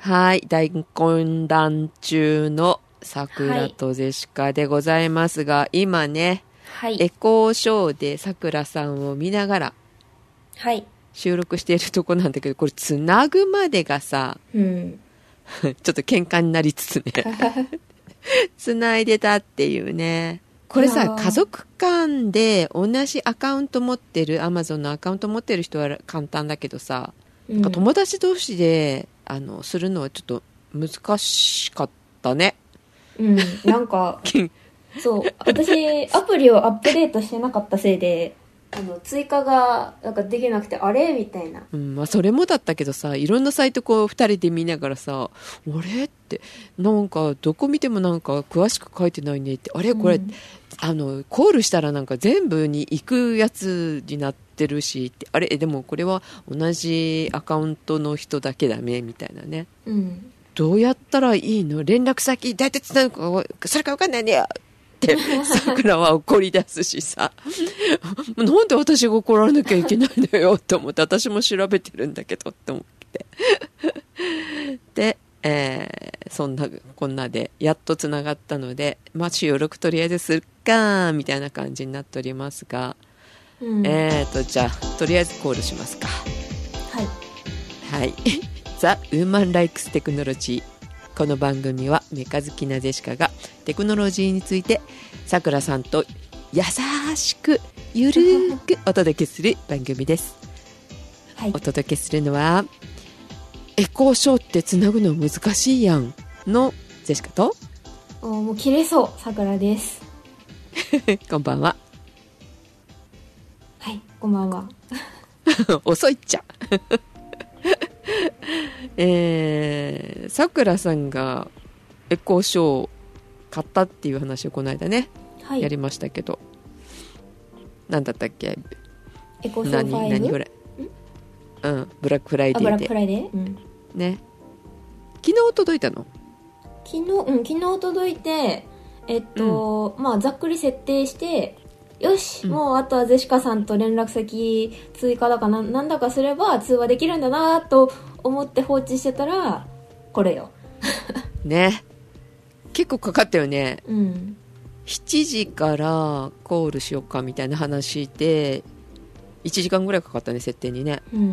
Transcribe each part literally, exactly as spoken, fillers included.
はい、大混乱中のさくらとジェシカでございますが、はい、今ね、はい、エコーショーでさくらさんを見ながら収録しているとこなんだけど、これつなぐまでがさ、うん、ちょっと喧嘩になりつつねつないでたっていうね。これさ、家族間で同じアカウント持ってる、アマゾンのアカウント持ってる人は簡単だけどさ、うん、なんか友達同士であのするのはちょっと難しかったね。 うん、なんかそう私アプリをアップデートしてなかったせいであの追加がなんかできなくてあれみたいな、 うんまあ、それもだったけどさ、いろんなサイトこうふたりで見ながらさ、あれってなんかどこ見てもなんか詳しく書いてないねって、あれこれ、うん、あのコールしたらなんか全部に行くやつになってるしって、あれでもこれは同じアカウントの人だけだねみたいなね、うん、どうやったらいいの、連絡先大体つなぐかそれか分かんないねってさくらは怒り出すしさなんで私が怒らなきゃいけないのよって思って、私も調べてるんだけどって思ってで、えー、そんなこんなでやっとつながったので、まあ収録とりあえずするかみたいな感じになっておりますが、うん、えーとじゃあとりあえずコールしますか。はいはいザ・ウーマン・ライクス・テクノロジー。この番組はメカ好きなジェシカがテクノロジーについてさくらさんと優しくゆるーくお届けする番組です、はい、お届けするのはエコーショーってつなぐの難しいやんのジェシカと、 おもう切れそうさくらですこんばんは。 はい、こんばんは遅いっちゃえー、さくらさんがエコーショー買ったっていう話をこの間ね、はい、やりましたけど、なんだったっけ、 エコーショーファイブ何何ぐらい、うん、ブラックフライデーで、 あ、ブラックフライデー、うん、 ね、昨日届いたの？ 昨日、うん、昨日届いて、えっと、うん、まあざっくり設定してよし、うん、もうあとはジェシカさんと連絡先追加だか な, なんだかすれば通話できるんだなと思って放置してたらこれよね、結構かかったよね、 うん、 しちじからコールしようかみたいな話でいちじかんぐらいかかったね、設定にね、うん、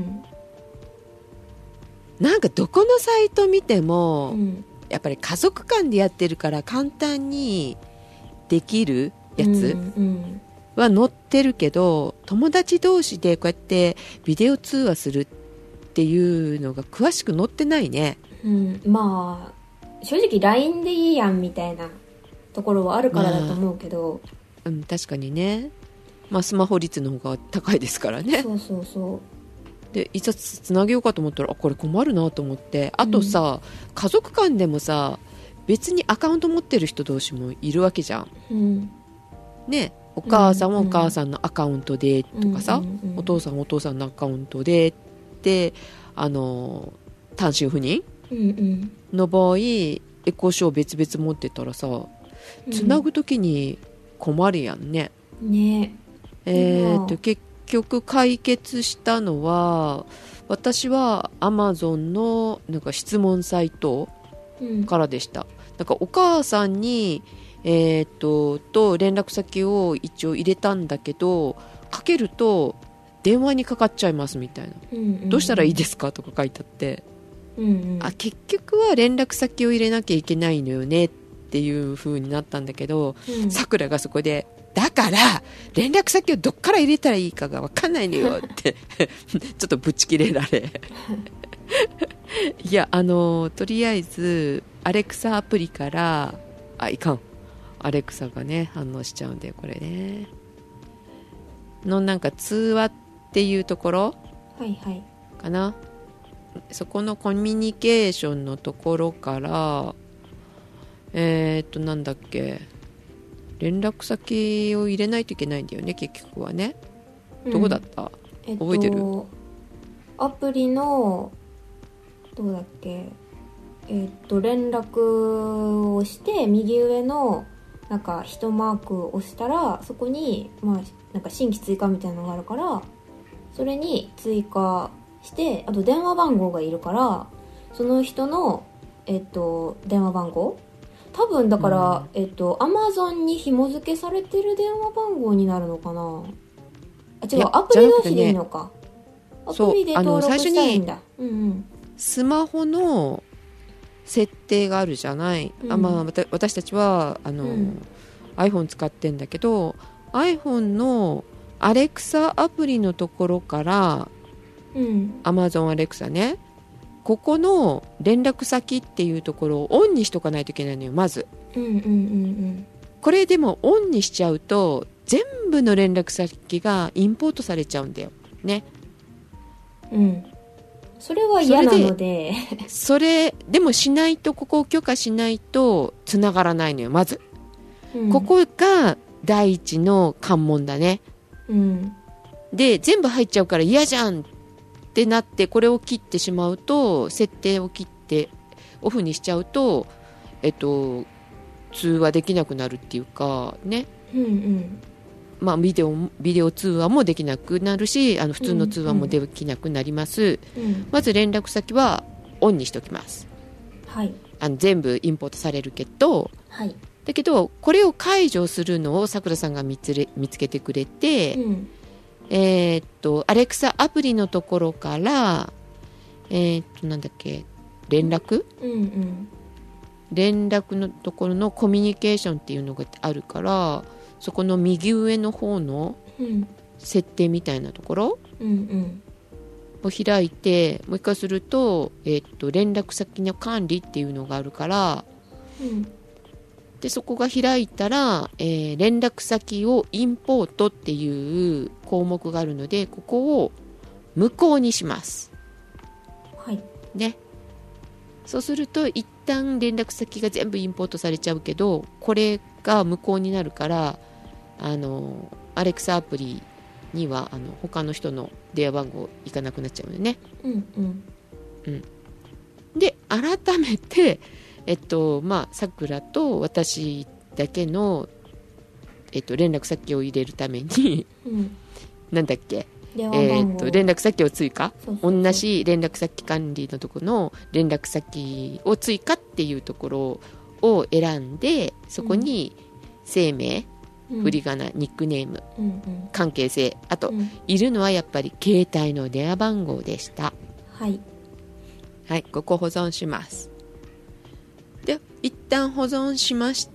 なんかどこのサイト見ても、うん、やっぱり家族間でやってるから簡単にできるやつ、うんうんは載ってるけど、友達同士でこうやってビデオ通話するっていうのが詳しく載ってないね、 うん、まあ正直 ライン でいいやんみたいなところはあるからだと思うけど、 まあうん、確かにね、まあ、スマホ率の方が高いですからね。 そうそうそうでいざつなげようかと思ったらあこれ困るなと思って、あとさ、うん、家族間でもさ別にアカウント持ってる人同士もいるわけじゃん、うん、ね、お母さんはお母さんのアカウントでとかさ、うんうんうん、お父さんはお父さんのアカウントでってあの単身赴任、うんうん、の場合エコーショー別々持ってたらさつなぐときに困るやんね、 うん、ねえー、と結局解決したのは私は Amazon のなんか質問サイトからでした、うん、なんかお母さんにえー、とと連絡先を一応入れたんだけどかけると電話にかかっちゃいますみたいな、うんうんうん、どうしたらいいですかとか書いてあって、うんうん、あ結局は連絡先を入れなきゃいけないのよねっていう風になったんだけど、さくらがそこでだから連絡先をどっから入れたらいいかが分かんないのよってちょっとぶち切れられいやあのとりあえずアレクサアプリからあいかんアレクサがね反応しちゃうんでこれねのなんか通話っていうところはいはいかな、そこのコミュニケーションのところからえー、っとなんだっけ連絡先を入れないといけないんだよね結局はね、うん、どこだった、えっと、覚えてる？ アプリのどうだっけえー、っと連絡をして右上のなんか一マークを押したらそこに、まあ、なんか新規追加みたいなのがあるからそれに追加してあと電話番号がいるからその人の、えっと、電話番号多分だから、うん、えっと、Amazon に紐付けされてる電話番号になるのかな。あ、違う、アプリ同士でいいのか。アプリで登録したいんだ。うんうん、 スマホの設定があるじゃない、うん、あ、まあ、私たちはあの、うん、iPhone 使ってんだけど iPhone の Alexa アプリのところから、うん、Amazon Alexa ね、ここの連絡先っていうところをオンにしとかないといけないのよ、まず、 うんうんうんうん、 これでもオンにしちゃうと全部の連絡先がインポートされちゃうんだよね。 うん、それは嫌なのでそれでもしないと、ここを許可しないと繋がらないのよ、まず、うん、ここが第一の関門だね、 うん、 で全部入っちゃうから嫌じゃんってなって、これを切ってしまうと、設定を切ってオフにしちゃうと、えっと通話できなくなるっていうかね、 うんうん、 まあ、ビデオ、ビデオ通話もできなくなるし、あの普通の通話もできなくなります、 うんうん、 まず連絡先はオンにしておきます、 はい、 あの全部インポートされるけど、 はい、 だけどこれを解除するのをさくらさんが見つれ見つけてくれて、 うん、 えー、っとアレクサアプリのところから、えー、っとなんだっけ、連絡、 うんうん、 連絡のところのコミュニケーションっていうのがあるから、そこの右上の方の設定みたいなところを開いて、もう一回すると、えー、っと連絡先の管理っていうのがあるから、 うん、 でそこが開いたら、えー、連絡先をインポートっていう項目があるので、ここを無効にします、 はいね、そうすると一旦連絡先が全部インポートされちゃうけど、これが無効になるから、あのアレクサアプリにはあの他の人の電話番号いかなくなっちゃうのね、 うんうんうん、で改めてえっとまあさくらと私だけの、えっと、連絡先を入れるために、 うん、 なんだっけ、 電話番号、 えー、っと連絡先を追加、 そうそうそう、 同じ連絡先管理のところの連絡先を追加っていうところを選んで、そこに姓名、うん、振り仮名、ニックネーム、 うんうん、 関係性、あと、 うん、 いるのはやっぱり携帯の電話番号でした。 はいはい、ここ保存します。で一旦保存しまして、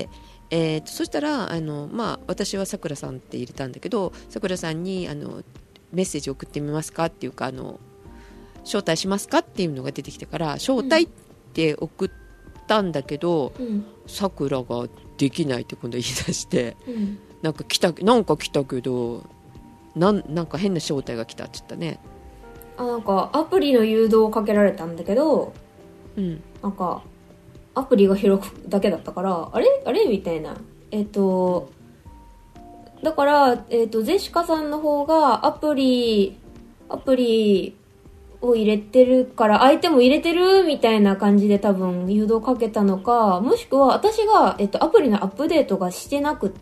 えー、とそしたらあの、まあ、私はさくらさんって入れたんだけど、さくらさんにあのメッセージ送ってみますかっていうか、あの招待しますかっていうのが出てきてから、招待って送ったんだけど、さくらができないって今度言い出して、 うん、 なんか来たなんか来たけどなん、なんか変な招待が来たって言ったね。 あ、なんかアプリの誘導をかけられたんだけど、 うん、 なんかアプリが開くだけだったから、あれあれみたいな。えっと、だから、えっと、ゼシカさんの方がアプリ、アプリを入れてるから、相手も入れてるみたいな感じで多分誘導かけたのか、もしくは私が、えっと、アプリのアップデートがしてなくって、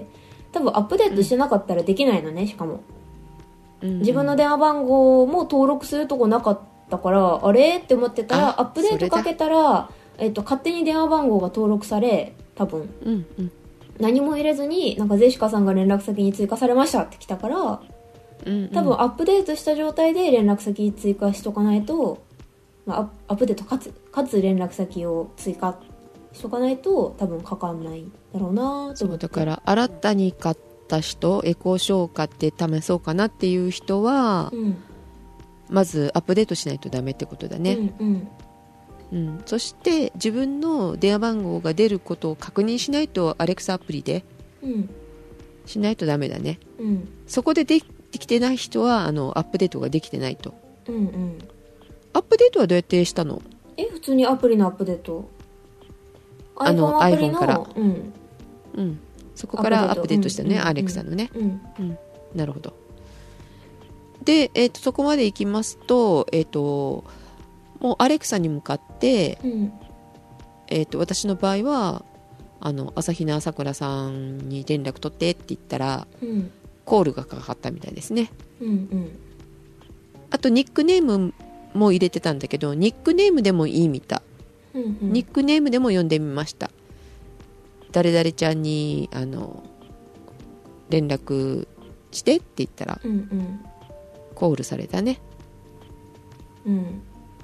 多分アップデートしてなかったらできないのね、しかも。 うん、 自分の電話番号も登録するとこなかったから、あれって思ってたら、アップデートかけたら、えっと、勝手に電話番号が登録され、多分、 うんうん、 何も入れずに、なんかゼシカさんが連絡先に追加されましたって来たから、 うんうん、 多分アップデートした状態で連絡先追加しとかないと、まあ、アップデートかつかつ連絡先を追加しとかないと多分かかんないだろうなと思って。 そうだから新たに買った人、エコーショー買って試そうかなっていう人は、 うん、 まずアップデートしないとダメってことだね、 うんうんうん、そして自分の電話番号が出ることを確認しないと、アレクサアプリでしないとダメだね、 うん、 そこでできてない人はあのアップデートができてないと、 うんうん、 アップデートはどうやってしたの？ え、普通にアプリのアップデート、 あの iPhone アプリ iPhone の、 から、 うんうん、そこからアップデートしたね、 うんうん、 アレクサのね、 うんうん、なるほど。で、えー、とそこまで行きますと、えー、ともうアレクサに向かって、 うんえー、と私の場合はあの朝比奈さくらさんに連絡取ってって言ったら、 うん、 コールがかかったみたいですね、 うんうん、 あとニックネームも入れてたんだけど、ニックネームでもいいみたい、 うんうん、 ニックネームでも呼んでみました。誰々ちゃんにあの連絡してって言ったら、 うんうん、 コールされたね、 うん、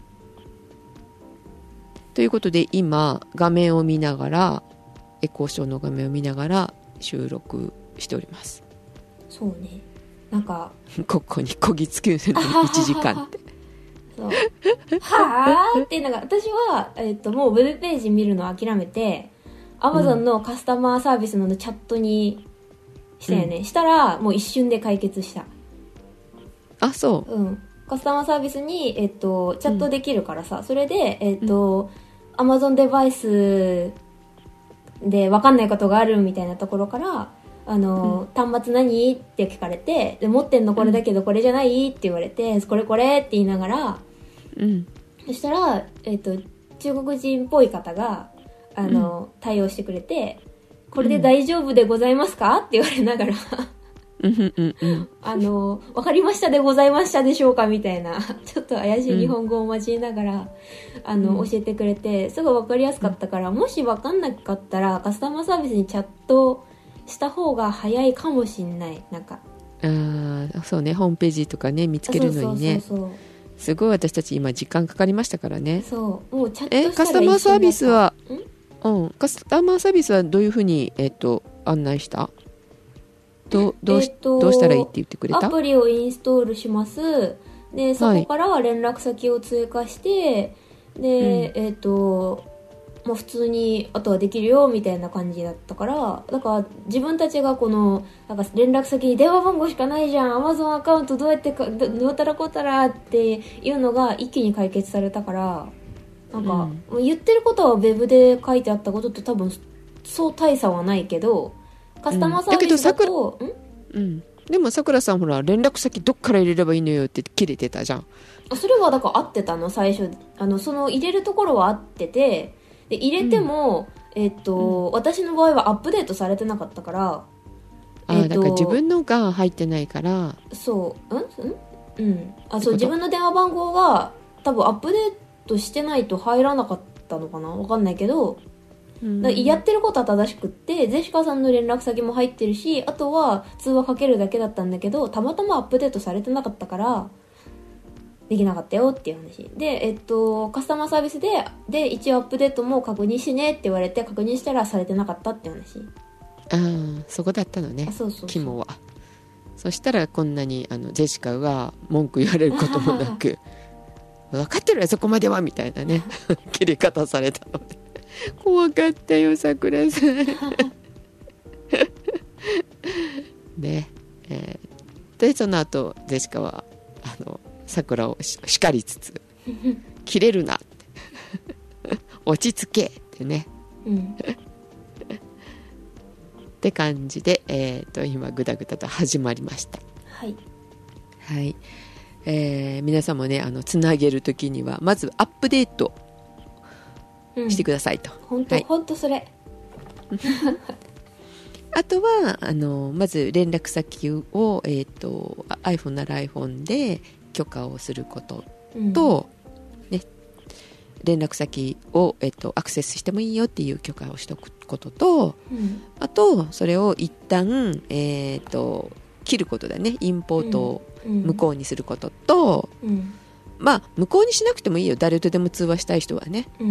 ということで今画面を見ながら、エコーショーの画面を見ながら収録しております。 そうね、なんかここにこぎつけるのにいちじかんってそうはぁっていうのが、私は、えー、ともうウェブページ見るの諦めて Amazon のカスタマーサービスのチャットにしたよね、うん、したらもう一瞬で解決した。 あ、そう、 うん、カスタマーサービスに、えー、とチャットできるからさ、うん、それで、えーとうん、Amazon デバイスで分かんないことがあるみたいなところからあの、うん、端末何って聞かれて、で持ってんのこれだけどこれじゃないって言われて、これこれって言いながら、うん、そしたら、えーと、中国人っぽい方があの、うん、対応してくれて、これで大丈夫でございますかって言われながらあの分かりましたでございましたでしょうかみたいなちょっと怪しい日本語を交えながら、うん、あの教えてくれて、すごい分かりやすかったから、もし分かんなかったらカスタマーサービスにチャットした方が早いかもしんない。なんかあ、そうね、ホームページとかね見つけるのにね、そうそうそうそう、すごい私たち今時間かかりましたからね。 そうもうチャットしたらえカスタマーサービスはうん、カスタマーサービスはどういうふうに、えー、と案内した？ど, ど, うし、えー、どうしたらいいって言ってくれた？ アプリをインストールします。でそこから連絡先を追加して、はい、で、うん、えっ、ー、ともう普通にあとはできるよみたいな感じだったから、だから自分たちがこのなんか連絡先に電話番号しかないじゃん、 Amazon アカウントどうやってか ど, どうたらこうたらっていうのが一気に解決されたから、なんか、うん、言ってることはウェブで書いてあったことと多分そう大差はないけど、カスタマーサービスだと、 うん、だけどさくら、うん、でもさくらさんほら連絡先どっから入れればいいのよって切れてたじゃん。 それはだから合ってたの、最初あのその入れるところは合ってて、で入れても、うん、えーっと、うん、私の場合はアップデートされてなかったから、 あ、えー、だから自分のが入ってないから、 そううんうんうんあそう自分の電話番号が多分アップデートしてないと入らなかったのかな、わかんないけど、うん、だやってることは正しくって、ジェシカさんの連絡先も入ってるし、あとは通話かけるだけだったんだけど、たまたまアップデートされてなかったからできなかったよっていう話で、えっとカスタマーサービスでで一応アップデートも確認してねって言われて、確認したらされてなかったっていう話。 ああ、そこだったのね。 そうそうそう、 肝は。そしたらこんなにあのジェシカは文句言われることもなく分かってるよそこまではみたいなね切り方されたので怖かったよさくらさんねえー、でその後ジェシカはあのさくらを叱りつつ切れるなって落ち着けってね、うんって感じで、えー、と今グダグダと始まりました。 はい、 はいえー、皆さんもねあのつなげるときにはまずアップデートしてくださいと。 本当本当それあとはあのまず連絡先を、えー、と iPhone なら iPhone で許可をすることと、うんね、連絡先を、えー、とアクセスしてもいいよっていう許可をしておくことと、うん、あとそれを一旦、えー、と切ることだね。インポートを無効にすることと、うんうん、まあ無効にしなくてもいいよ、誰とでも通話したい人はね、うんうん、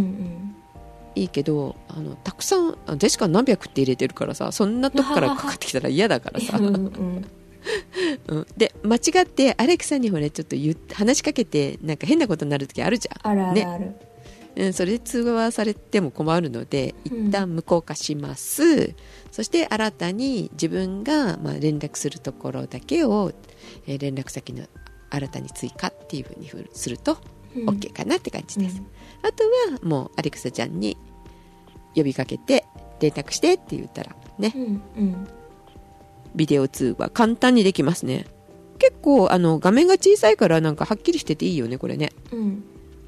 いいけどあのたくさんジェシカ何百って入れてるからさ、そんなとこからかかってきたら嫌だからさうん、うん、で間違ってアレクサにほらちょっと言話しかけてなんか変なことになる時あるじゃん。 あるあるある、 ねうん、それで通話されても困るので一旦無効化します、うん、そして新たに自分が、まあ、連絡するところだけを、えー、連絡先の新たに追加っていう風にすると OK かなって感じです、うん、あとはもうアレクサちゃんに呼びかけて連絡してって言ったらね、うんうん、ビデオ通話簡単にできますね。結構あの画面が小さいからなんかはっきりしてていいよねこれね、うん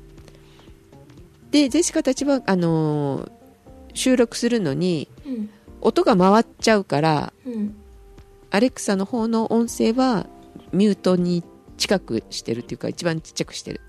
でジェシカたちはあのー、収録するのに、うん、音が回っちゃうから、うん、アレクサの方の音声はミュートに近くしてるっていうか一番ちっちゃくしてる、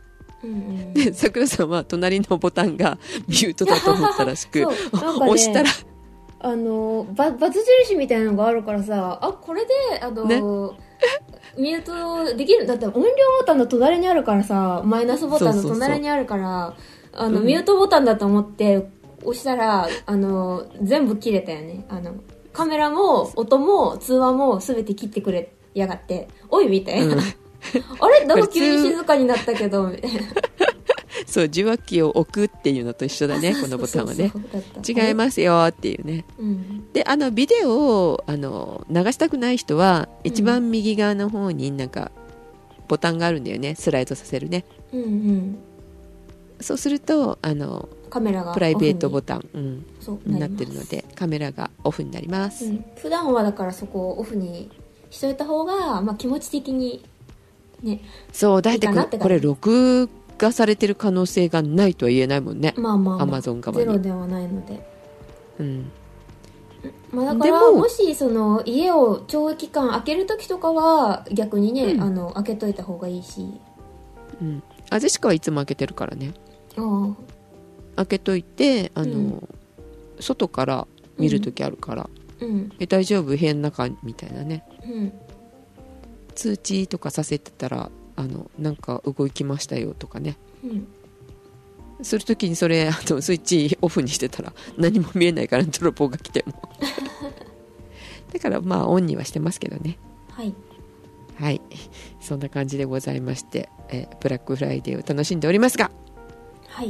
うんうん、 でさくらさんは隣のボタンがミュートだと思ったらしくそうなんか、ね、 押したらあのババツ印みたいなのがあるからさ、あこれであの、ね、ミュートできる。だって音量ボタンの隣にあるからさ、マイナスボタンの隣にあるから、そうそうそう、あの、うん、ミュートボタンだと思って押したら、あの全部切れたよね。あのカメラも音も通話も全て切ってくれやがって、おいみたいな、うん、あれなんか急に静かになったけどみたいなそう受話器を置くっていうのと一緒だねこのボタンはね。違いますよっていうね、うん、であのビデオをあの流したくない人は一番右側の方になんかボタンがあるんだよね、スライドさせるね、うんうん、そうするとあのカメラがプライベートボタン、うん、になってるのでカメラがオフになります、うん、 普段はだからそこをオフにしといた方が、まあ、気持ち的にね、 そうだいたいこれ、これ録画されてる可能性がないとは言えないもんね。 まあまあ、まあ、 Amazon 側にゼロではないので、 うん、 まあ、だからも、もしその家を長期間開けるときとかは逆にね、うん、あの開けといた方がいいし、 うん、あジェシカはいつも開けてるからね。 あ開けといてあの、うん、外から見るときあるから、うん、え大丈夫部屋の中みたいなね、うん、通知とかさせてたらあのなんか動きましたよとかね、うん、するときにそれあのスイッチオフにしてたら何も見えないから泥棒が来てもだからまあオンにはしてますけどね。 はいはいそんな感じでございまして、えブラックフライデーを楽しんでおりますが、 はい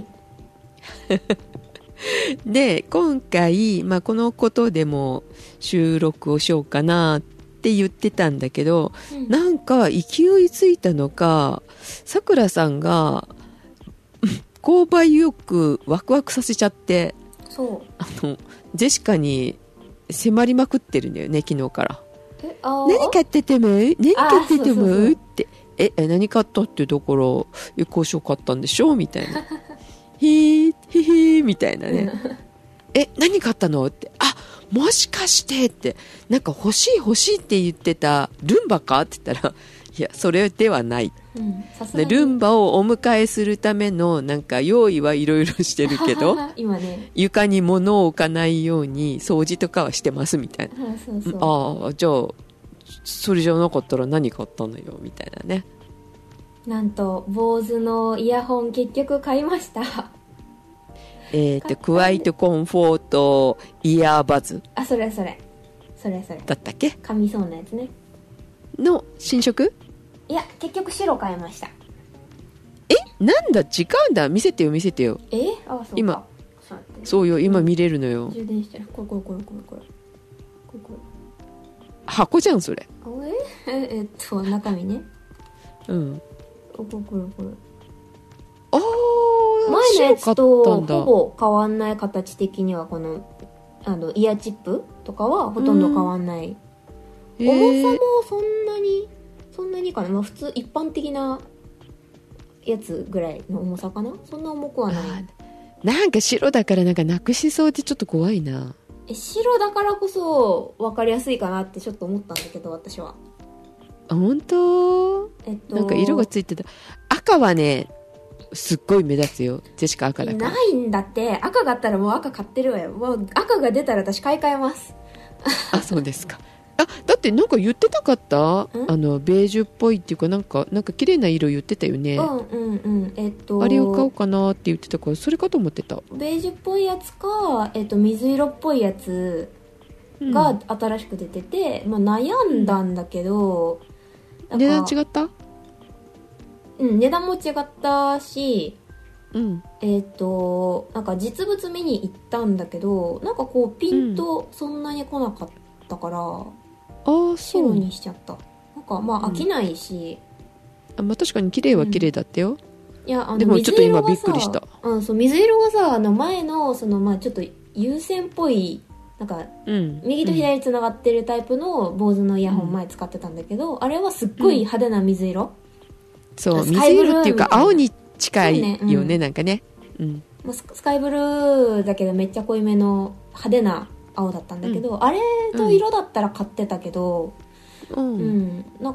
で今回、まあ、このことでも収録をしようかなって言ってたんだけど、うん、なんか勢いついたのかさくらさんが購買意欲ワクワクさせちゃって、 そうあのジェシカに迫りまくってるんだよね昨日から。 えあ何買ってても何買っててもそうそうそうってええ何買ったってだからこうしよう買ったんでしょみたいなひーひひーみたいなねえ何買ったのってあもしかしてってなんか欲しい欲しいって言ってたルンバかって言ったらいやそれではない、うん、でルンバをお迎えするためのなんか用意はいろいろしてるけど今、ね、 床に物を置かないように掃除とかはしてますみたいなそうそうああじゃあそれじゃなかったら何買ったのよみたいなね。 なんと坊主のイヤホン結局買いましたえーとクワイトコンフォートイヤーバズあそれそれそれそれだったっけ紙そうなやつねの新色いや結局白買いました。 えなんだ違うんだ見せてよ見せてよえあそうか今そうよ今見れるのよ、 うん、充電してるこれこれこれこれこれこれこれ箱じゃんそれええっと中身ねうんこれこれこれあ前のやつとほぼ変わんない形的にはこのあのイヤーチップとかはほとんど変わんない、うん、重さもそんなにそんなにかな、まあ、普通一般的なやつぐらいの重さかなそんな重くはない。 なんか白だからなんかなくしそうでちょっと怖いな。 え白だからこそ分かりやすいかなってちょっと思ったんだけど私は。 あ本当、えっと、なんか色がついてた。赤はねすっごい目立つよジェシカ赤だから。 ないんだって赤があったらもう赤買ってるわよ。もう赤が出たら私買い替えますあそうですか。あだってなんか言ってなかったあのベージュっぽいっていうかなんかなんか綺麗な色言ってたよね。 うんうんうんえっとあれを買おうかなって言ってたからそれかと思ってた。 ベージュっぽいやつか、えっと、水色っぽいやつが新しく出てて、うんまあ、悩んだんだけど、 うん、値段違った？ うん値段も違ったし、 うん、 えっとなんか実物見に行ったんだけどなんかこうピンとそんなに来なかったから、うんあ白にしちゃった。なんかまあ飽きないし、 うん、あまあ、確かに綺麗は綺麗だったよ、 うん、いやあのでもちょっと今びっくりした。 うん、そう水色がさあの前のそのまあちょっと有線っぽいなんか、うん、右と左つながってるタイプの坊主のイヤホン前使ってたんだけど、うん、あれはすっごい派手な水色、 うん、そう水色っていうか青に近いよね、うん、なんかね、うんまあ、スカイブルーだけどめっちゃ濃いめの派手な青だったんだけど、うん、あれと色だったら買ってたけど、うんうん、なんか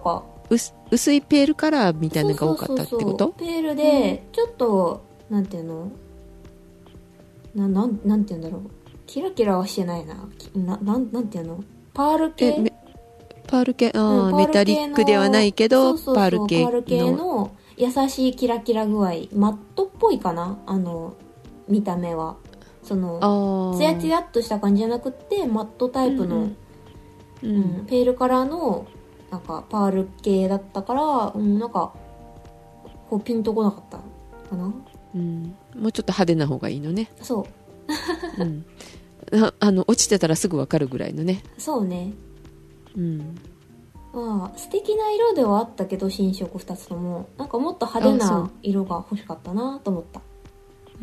薄薄いペールカラーみたいなのが多かったってこと？ そうそうそうそう、ペールでちょっと、うん、なんていうのな、なん、なんていうんだろう、キラキラはしてないな、な、なん、なんていうの、パール系、 パール系、あ、 うん、 メタリックではないけど、 そうそうそう、 パール系の、 パール系の優しいキラキラ具合、マットっぽいかな、あの見た目は。そのツヤツヤっとした感じじゃなくてマットタイプの、うんうんうん、ペールカラーのなんかパール系だったから、うん、なんかこうピンとこなかったかな、 うん、もうちょっと派手な方がいいのね。 そう、 うん、あ, あの落ちてたらすぐ分かるぐらいのね。 そうね、 うん、 まあ素敵な色ではあったけど新色ふたつともなんかもっと派手な色が欲しかったなと思った。 うん、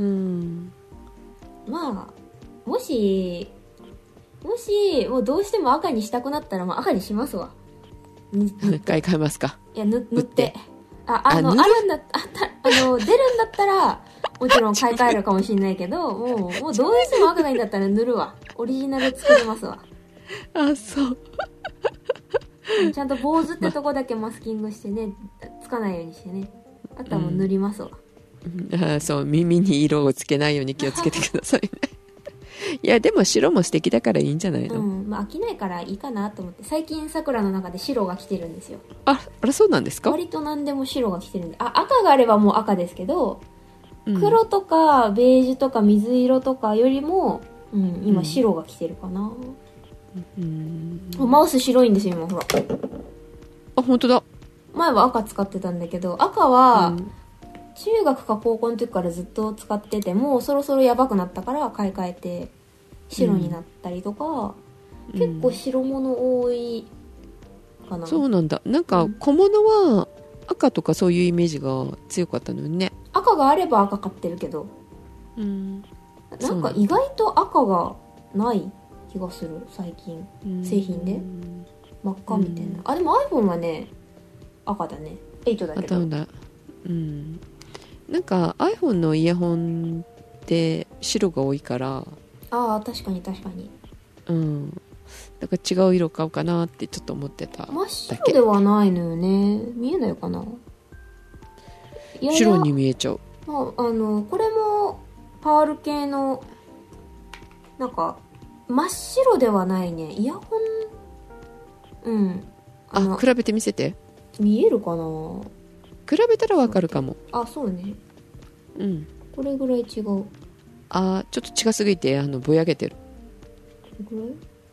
まあもしもしもうどうしても赤にしたくなったら、まあ、赤にしますわ。 買い替えますか？ いや、塗ってああのあるんだあたあの出るんだったらもちろん買い替えるかもしれないけどもうもうどうしても赤がいいんだったら塗るわ。オリジナル作りますわ。 あ、そうちゃんと坊主ってとこだけマスキングしてね、つかないようにしてね、あとはもう塗りますわ。 うん、あ、そう、耳に色をつけないように気をつけてくださいね。いやでも白も素敵だからいいんじゃないの？うん、 まあ飽きないからいいかなと思って。最近桜の中で白が来てるんですよ。 あ、あら、そうなんですか？ 割と何でも白が来てるんで、あ、赤があればもう赤ですけど、うん、黒とかベージュとか水色とかよりも、うん、今白が来てるかな。うん、マウス白いんですよ今、ほら。 あ、本当だ。 前は赤使ってたんだけど、赤は、うん中学か高校の時からずっと使ってて、もうそろそろやばくなったから買い替えて白になったりとか、うん、結構白物多いかな。 そうなんだ。なんか小物は赤とかそういうイメージが強かったのよね。 赤があれば赤買ってるけど、うん、なんか意外と赤がない気がする最近、うん、製品で真っ赤みたいな、うん、あでも iPhone はね赤だね、エイトだけど。 あ、だ、うん、なんか iPhone のイヤホンって白が多いから、 ああ確かに確かに、 うん、だから違う色買おうかなってちょっと思ってただけ。 真っ白ではないのよね。見えないかな。いやいや白に見えちゃう。 まあ、あのこれもパール系のなんか真っ白ではないね。イヤホン、うん、 ああ、比べて見せて。 見えるかな。 比べたらわかるかも。 あ、そうね。 うん。 これぐらい違う。 あ、ちょっと近すぎてあのぼやけてる。 これぐらい？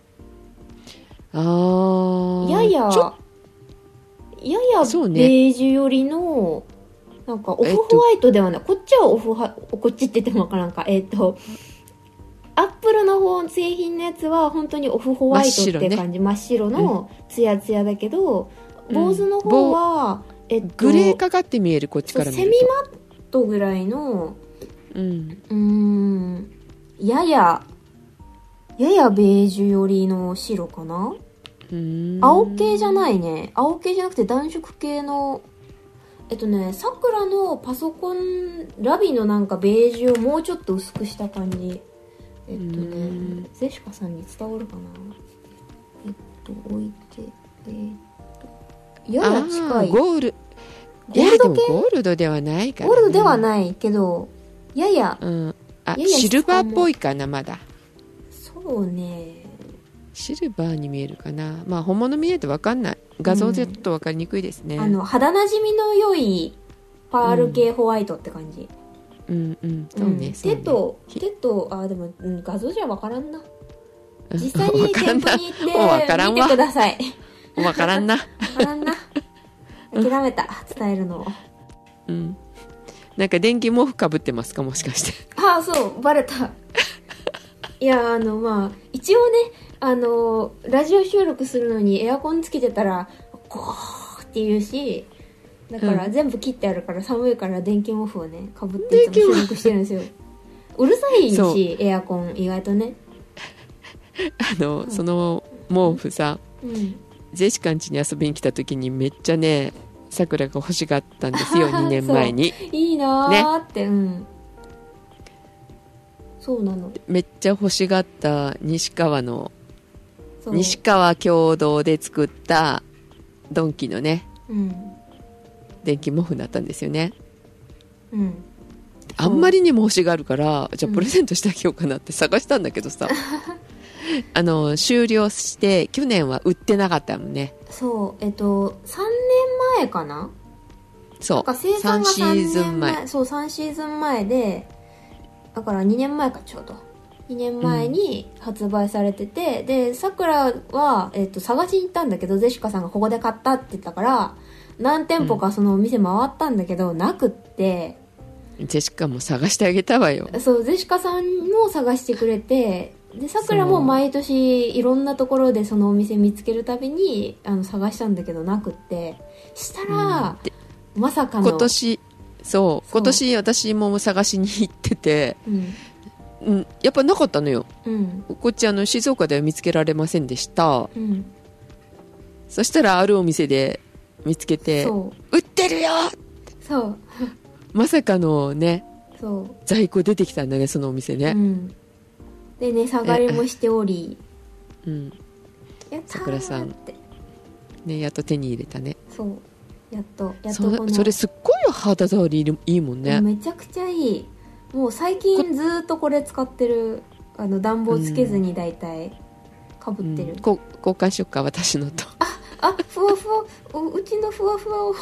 ああ。 ややややベージュよりの、なんかオフホワイトではない。えっと、こっちはオフはこっちって言ってもわからんか。えっとアップルの方製品のやつは本当にオフホワイトって感じ、真っ白のツヤツヤだけど、坊主の方は、えっと、 グレーかかって見える。こっちから見るとセミマットぐらいの、うん、うーんややややベージュ寄りの白かな。うーん、青系じゃないね。青系じゃなくて暖色系の、えっとねさくらのパソコンラビのなんかベージュをもうちょっと薄くした感じ。えっとねゼシカさんに伝わるかな。えっと置いて、えー、っとやや近い。 ゴールゴールド系？いやでもゴールドではないから、ね、 ゴールドではないけどやや、 うん、あややシルバーっぽいかな。まだそうね、 シルバーに見えるかな。まあ本物見えると分かんない。画像でちょっと分かりにくいですね、 うん、あの肌なじみの良いパール系ホワイトって感じ。 うんうん、そうね、うん、 手と手とあでも、うん、画像じゃ分からんな。実際に店舗に行って見てください。 分からんな分からんな。諦めた、伝えるのを。 うん。なんか電気毛布かぶってますか、もしかして。 ああ、そうバレた。いやあのまあ一応ね、あのラジオ収録するのにエアコンつけてたらゴーって言うし、だから全部切ってあるから寒いから電気毛布をねかぶっていつも収録してるんですよ。うるさいしエアコン意外とね。 あの、うん、その毛布さ、うん、ジェシカん家に遊びに来た時にめっちゃねさくらが欲しがったんですよ。にねんまえにいいなーって、ね、うん、そうなの。 めっちゃ欲しがった西川の西川共同で作ったドンキのねうん電気毛布だったんですよね。 うんあんまりにも欲しがあるからじゃあプレゼントしてあげようかなって探したんだけどさ、うん、あの終了して去年は売ってなかったもんね。 そうえっとさんねんまえかな。 そうなんか生産がさんねんまえ、 さんシーズン前そうさんシーズン前でだからにねんまえかちょうどにねんまえに発売されてて、うん、でさくらは、えっと、探しに行ったんだけどジェシカさんがここで買ったって言ったから何店舗かそのお店回ったんだけど、うん、なくってジェシカも探してあげたわよ。 そうジェシカさんも探してくれてでさくらも毎年いろんなところでそのお店見つけるたびにあの探したんだけどなくってしたら、うん、まさかの今年そう今年私も探しに行ってて、うんうん、やっぱなかったのよ、うん、こっちあの静岡では見つけられませんでした、うん、そしたらあるお店で見つけて売ってるよそうまさかのねそう在庫出てきたんだねそのお店ね、うん、 で値下がりもしておりうんやったーってさくらさん、ね、やっと手に入れたね。 そうやっとやっとこのそ, それすっごい肌触りいいもんね。 めちゃくちゃいい。もう最近ずっとこれ使ってる。あの暖房つけずにだいたいかぶってる、うん、 こ交換しよっか私のと。 ああふわふわうちのふわふわを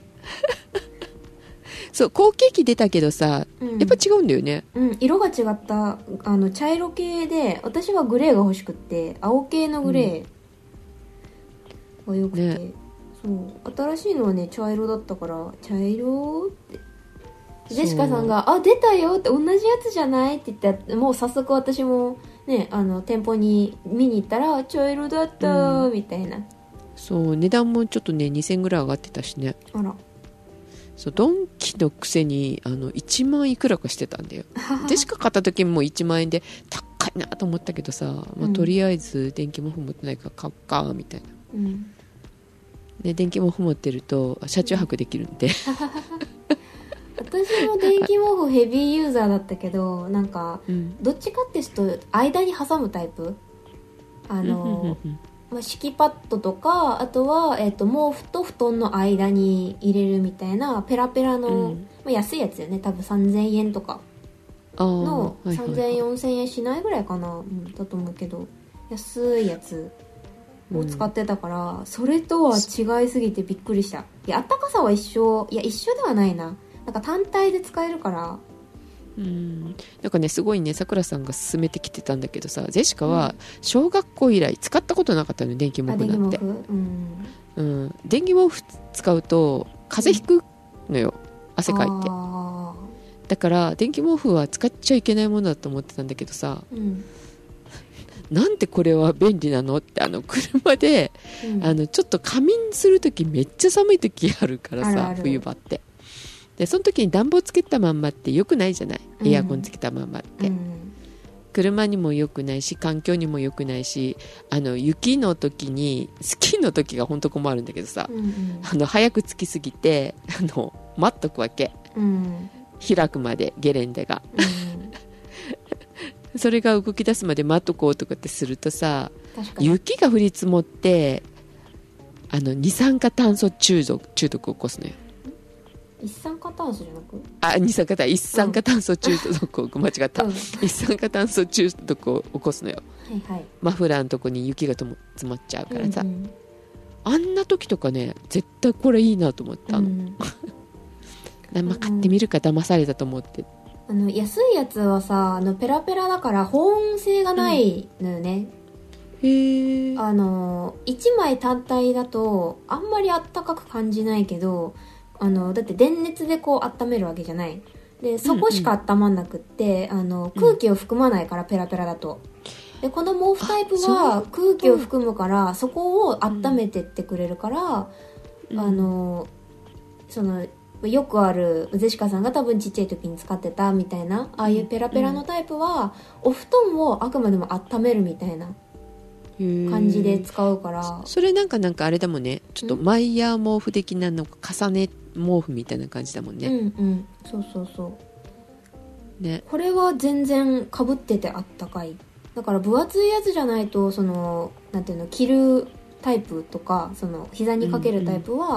そう後継機出たけどさ、うん、やっぱ違うんだよね。 うん色が違った。あの茶色系で私はグレーが欲しくって青系のグレーがよくて、ね、そう新しいのはね茶色だったから茶色ってジェシカさんがあ出たよって同じやつじゃないって言ってもう早速私もねあの店舗に見に行ったら茶色だったみたいな、うん、 そう値段もちょっとねにせんえんぐらい上がってたしね。 あらそうドンキのくせにあのいちまんいくらかしてたんだよジェシカ買った時もいちまんえんで高いなと思ったけどさ、まあ、とりあえず電気毛布持ってないから買おうかみたいな、うんで電気毛布持ってると車中泊できるんで私も電気毛布ヘビーユーザーだったけどなんか、うん、どっちかっていうと間に挟むタイプあの、まあ、敷きパッドとかあとは、えーと、毛布と布団の間に入れるみたいなペラペラの、うんまあ、安いやつよね多分さんぜんえんとかの、はいはい、さんぜんえんよんせんえんしないぐらいかな、うん、だと思うけど安いやつを使ってたから、うん、それとは違いすぎてびっくりした。いやあったかさは一緒いや一緒ではないななんか単体で使えるからうんなんかねすごいねさくらさんが勧めてきてたんだけどさジェシカは小学校以来使ったことなかったのよ電気毛布なんて。電気毛布、うんうん、電気毛布使うと風邪ひくのよ、うん、汗かいてだから電気毛布は使っちゃいけないものだと思ってたんだけどさ、うん、なんでこれは便利なのってあの車で、うん、あのちょっと仮眠するときめっちゃ寒いときあるからさあるある冬場ってでその時に暖房つけたまんまって良くないじゃない、うん、エアコンつけたまんまって、うん、車にも良くないし環境にも良くないしあの雪の時にスキーの時が本当困るんだけどさ、うんうん、あの早くつきすぎてあの待っとくわけ、うん、開くまでゲレンデが、うん、それが動き出すまで待っとこうとかってするとさ雪が降り積もってあの二酸化炭素中毒中毒を起こすのよ。 一酸化炭素じゃなくあ二酸化炭一酸化炭素中毒を、うん、間違った、うん、一酸化炭素中毒を起こすのよ、はいはい、マフラーのとこに雪がとも詰まっちゃうからさ、うんうん、あんな時とかね絶対これいいなと思ったの、うん、まあ、買ってみるか騙されたと思って、 あの安いやつはさあのペラペラだから保温性がないのよね、うん、へーあのいちまい単体だとあんまりあったかく感じないけどあのだって電熱でこう温めるわけじゃないでそこしか温まんなくって、うんうん、あの空気を含まないから、うん、ペラペラだとでこの毛布タイプは空気を含むからそこを温めてってくれるから、うん、あのそのよくあるジェシカさんが多分ちっちゃい時に使ってたみたいなああいうペラペラのタイプは、うん、お布団をあくまでも温めるみたいな感じで使うからそれなんかなんかあれだもんねちょっとマイヤー毛布的なの重ね毛布みたいな感じだもんね。 うんうんそうそうそうねこれは全然かぶっててあったかいだから分厚いやつじゃないとそのなんていうの着るタイプとかその膝にかけるタイプは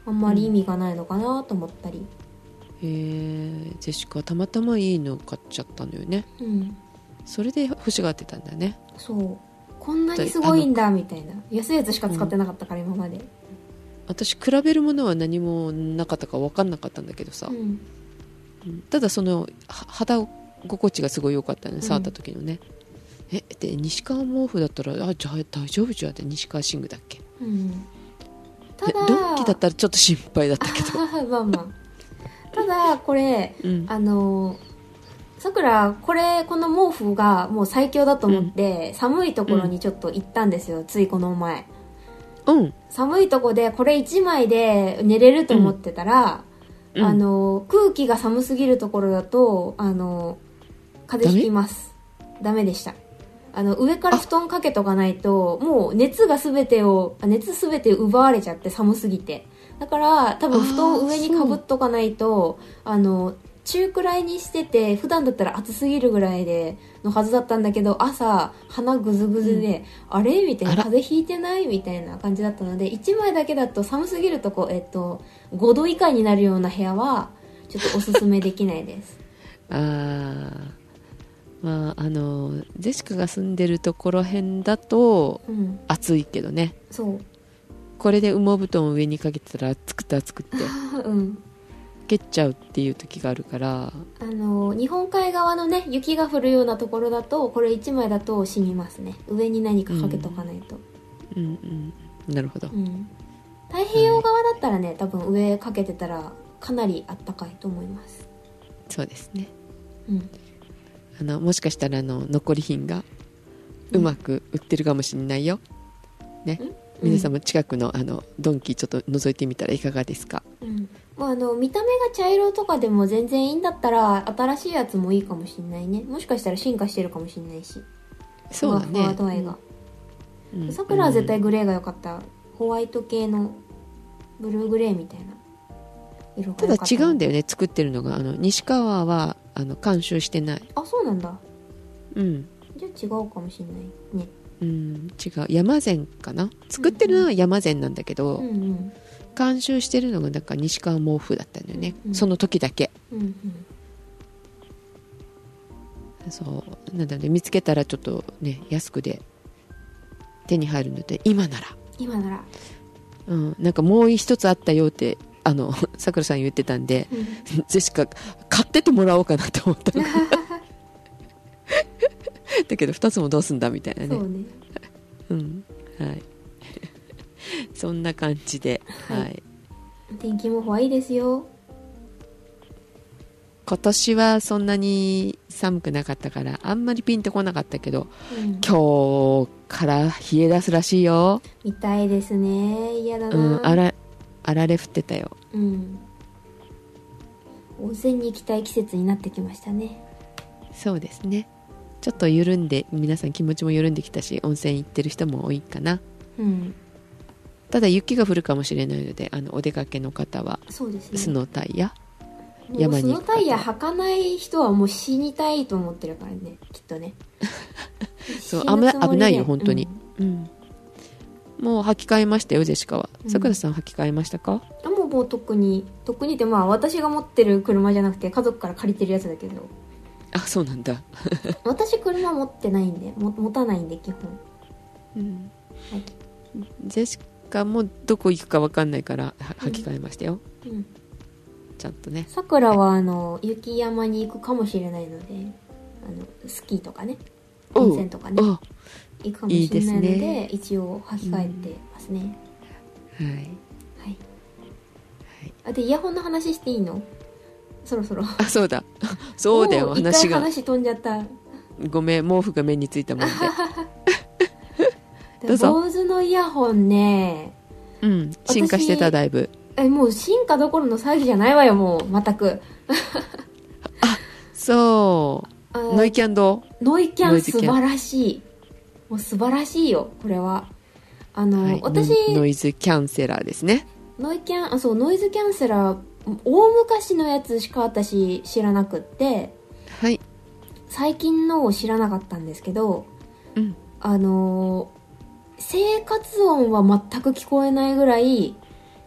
あんまり意味がないのかなと思ったり、 えー、ジェシカたまたまいいの買っちゃったのよね。 うん、 それで欲しがってたんだね。 そうこんなにすごいんだみたいな、安いやつしか使ってなかったから、うん、今まで私比べるものは何もなかったか分かんなかったんだけどさ、 うんうん、ただその肌心地がすごい良かったね、触った時のね、うん、えで西川毛布だったらあじゃあ大丈夫じゃんって、西川寝具だっけ、 うん、ただドンキだったらちょっと心配だったけどまあまあただこれ、うん、あのさくらこれこの毛布がもう最強だと思って、うん、寒いところにちょっと行ったんですよ、うん、ついこの前、うん、寒いとこでこれいちまいで寝れると思ってたら、うん、あの空気が寒すぎるところだとあの風邪ひきます。ダメでした。あの上から布団かけとかないともう熱が全てを熱全て奪われちゃって、寒すぎて。だから多分布団を上にかぶっとかないと あ, あの中くらいにしてて、普段だったら暑すぎるぐらいでのはずだったんだけど、朝鼻ぐずぐずで、うん、あれみたいな、風邪ひいてないみたいな感じだったので、いちまいだけだと寒すぎるとこ、えっと、ごど以下になるような部屋はちょっとおすすめできないですあー、まああのジェシカが住んでるところへんだと、うん、暑いけどね。 そうこれで羽毛布団を上にかけてたら暑くて暑くてうん蹴っちゃうっていう時があるから、 あの日本海側のね雪が降るようなところだとこれいちまいだと死にますね。上に何かかけとかないと、 うんうんうん、なるほど、うん、 太平洋側だったらね、はい、多分上かけてたらかなりあったかいと思います。 そうですね、 うん、 あのもしかしたらあの残り品がうまく売ってるかもしれないよ、ね、うん、皆さんも近く の, あのドンキちょっと覗いてみたらいかがですか。 うん、もうあの見た目が茶色とかでも全然いいんだったら新しいやつもいいかもしれないね。もしかしたら進化してるかもしれないし。 そうだね、 ふわふわ度合いが、うん、さくらは絶対グレーが良かった、うん、ホワイト系のブルーグレーみたいな色が良かった。 ただ違うんだよね、作ってるのが。あの西川はあの監修してない。 あ、そうなんだ。 うん、 じゃあ違うかもしれないね。 うん、違う、山善かな。作ってるのは山善なんだけど、うんうん、監修してるのがなんか西川毛布だったんだよね、うんうん、その時だけ、うんうん、そうなので見つけたらちょっとね安くで手に入るので、今なら今なら、 うん、なんかもう一つあったよってあのさくらさん言ってたんで、うん、ジェシカ買っててもらおうかなと思ったのだけどふたつもどうすんだみたいなね。 そうね、 うん、はいそんな感じで、はいはい、 天気もいいですよ。 今年はそんなに寒くなかったからあんまりピンとこなかったけど、うん、今日から冷え出すらしいよ。 みたいですね。嫌だな、 うん、あらあられ降ってたよ、 うん、温泉に行きたい季節になってきましたね。 そうですね、ちょっと緩んで皆さん気持ちも緩んできたし温泉行ってる人も多いかな、 うん、 ただ雪が降るかもしれないので、あのお出かけの方はそうですね、 スノータイヤ、 山に行く方、スノータイヤ履かない人はもう死にたいと思ってるからね、きっとねそう危な、危ないよ本当に、うんうん、もう履き替えましたよジェシカは。さくらさん履き替えましたか？ あ、もうもう特に特にって、まあ私が持ってる車じゃなくて家族から借りてるやつだけど。 あ、そうなんだ私車持ってないんで、も持たないんで基本、うん、 はい、ジェシカもどこ行くか分かんないから履き替えましたよ、うんうん、ちゃんとね。 さくらはあの雪山に行くかもしれないので、あのスキーとかね、温泉とかね行くかもしれないので、いいね、一応履き替えてますね、 うん、はい、はい、 あ、でイヤホンの話していいの？そろそろ。 あ、そうだそうだよ、話が一回話飛んじゃった。 ごめん、毛布が目についたもんでどうぞ。坊主のイヤホンね、 うん、進化してた、だいぶ。 え、もう進化どころの騒ぎじゃないわよ、もう全くあ、そうノイキャンどう？ ノイキャン素晴らしい、もう素晴らしいよこれは。あの、はい、私ノイズキャンセラーですね。 ノイキャン、あ、そうノイズキャンセラー大昔のやつしか私知らなくって、 はい、 最近のを知らなかったんですけど、うん、あの生活音は全く聞こえないぐらい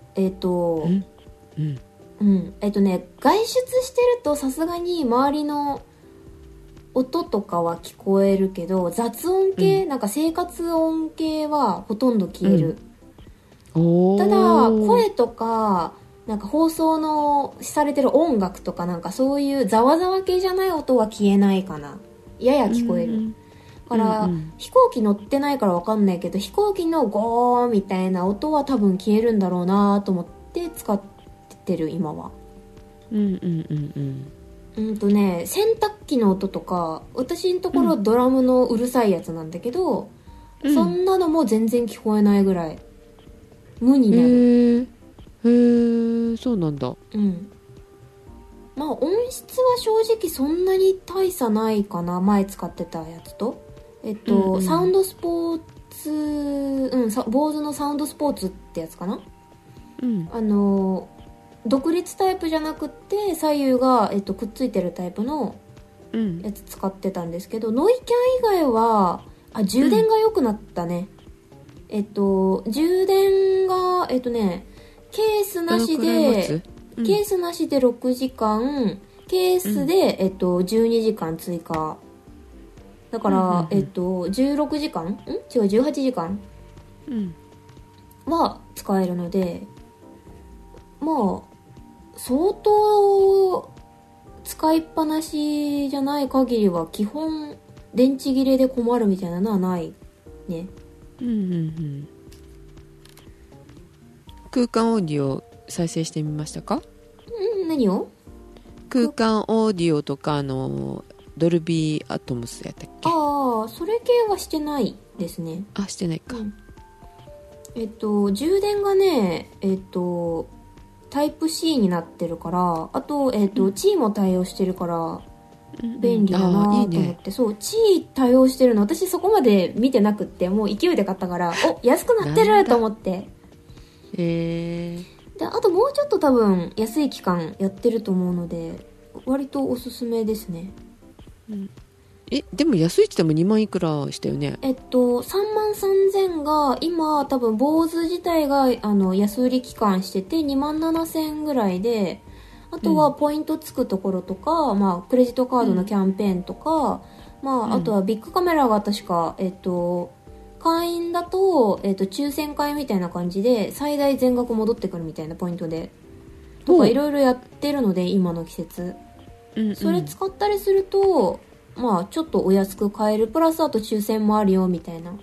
えっ、ー、とうんうんうんえっ、ー、とね外出してるとさすがに周りの音とかは聞こえるけど、雑音系、うん、なんか生活音系はほとんど消える、 うん、 ただ声とかなんか放送のされてる音楽とかなんかそういうざわざわ系じゃない音は消えないかな。やや聞こえる、うん、だから、うんうん、飛行機乗ってないから分かんないけど飛行機のゴーみたいな音は多分消えるんだろうなと思って使ってる今は。 うんうんうんうんうんとね、洗濯機の音とか私のところドラムのうるさいやつなんだけど、うん、そんなのも全然聞こえないぐらい無になる。 へーへーそうなんだ。 うんまあ音質は正直そんなに大差ないかな、前使ってたやつと。えっと、うんうん、サウンドスポーツうん坊主のサウンドスポーツってやつかな、うん、あの独立タイプじゃなくって左右が、えっと、くっついてるタイプのやつ使ってたんですけど、うん、ノイキャン以外はあ充電が良くなったね、うん、えっと充電がえっとねケースなしで、うん、ケースなしでろくじかんケースで、うんえっと、じゅうにじかん追加だから、うんうんうんえっと、じゅうろくじかんん違うじゅうはちじかん、うん、は使えるのでまあ相当使いっぱなしじゃない限りは基本電池切れで困るみたいなのはないね。うんうんうん空間オーディオ再生してみましたか？ うん何を？ 空間オーディオとかあのドルビーアトムスやったっけ？ ああそれ系はしてないですね。 あしてないか、うん、 えっと充電がねえっとタイプ C になってるからあと、えっと、うん、Qi も対応してるから便利だなと思って、うんうんいいね、そう Qi 対応してるの私そこまで見てなくってもう勢いで買ったからお安くなってると思ってへであともうちょっと多分安い期間やってると思うので割とおすすめですね、 うん、えでも安いって言ってもにまんいくらしたよね。 えっとさんまんさんぜんが今多分坊主自体があの安売り期間しててにまんななせんぐらいであとはポイントつくところとか、うん、まあクレジットカードのキャンペーンとか、うん、まああとはビッグカメラが確かえっと会員だと、えっと、抽選会みたいな感じで最大全額戻ってくるみたいなポイントでとかいろいろやってるので今の季節、うんうん、それ使ったりするとまあちょっとお安く買えるプラスあと抽選もあるよみたいな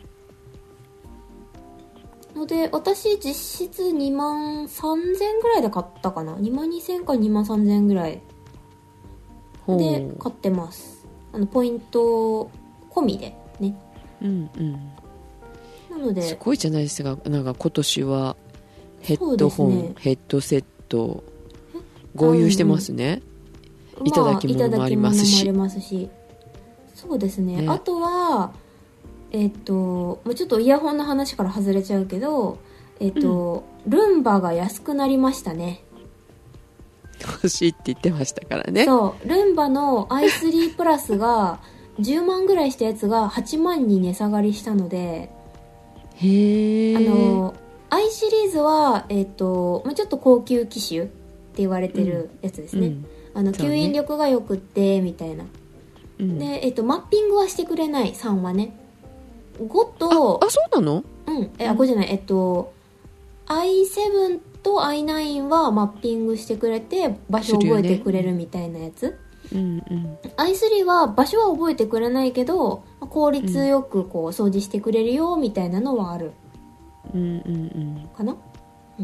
ので私実質にまんさんぜんぐらいで買ったかなにまんにせんかにまんさんぜんぐらいで買ってます。あのポイント込みでねうんうんなのですごいじゃないですか。なんか今年はヘッドホン、ね、ヘッドセット合流してますね、うん、いただき物もありますし、 まあ、いただき物もありますしそうですね、ねあとはえっとちょっとイヤホンの話から外れちゃうけどえっと、うん、ルンバが安くなりましたね。 欲しいって言ってましたからね。 そうルンバの アイスリー プラスがじゅうまんぐらいしたやつがはちまんに値下がりしたのでへえ。 あの I シリーズは、えーとまあ、ちょっと高級機種って言われてるやつですね、うん、あの吸引力がよくってみたいな、うん、で、えーと、マッピングはしてくれないさんはねごとあ, あそうなのうんえあごじゃないえっと アイセブン と アイナイン はマッピングしてくれて場所を覚えてくれるみたいなやつ、うんうん、アイスリー は場所は覚えてくれないけど効率よくこう掃除してくれるよみたいなのはある、うんうんうん、かな、うん、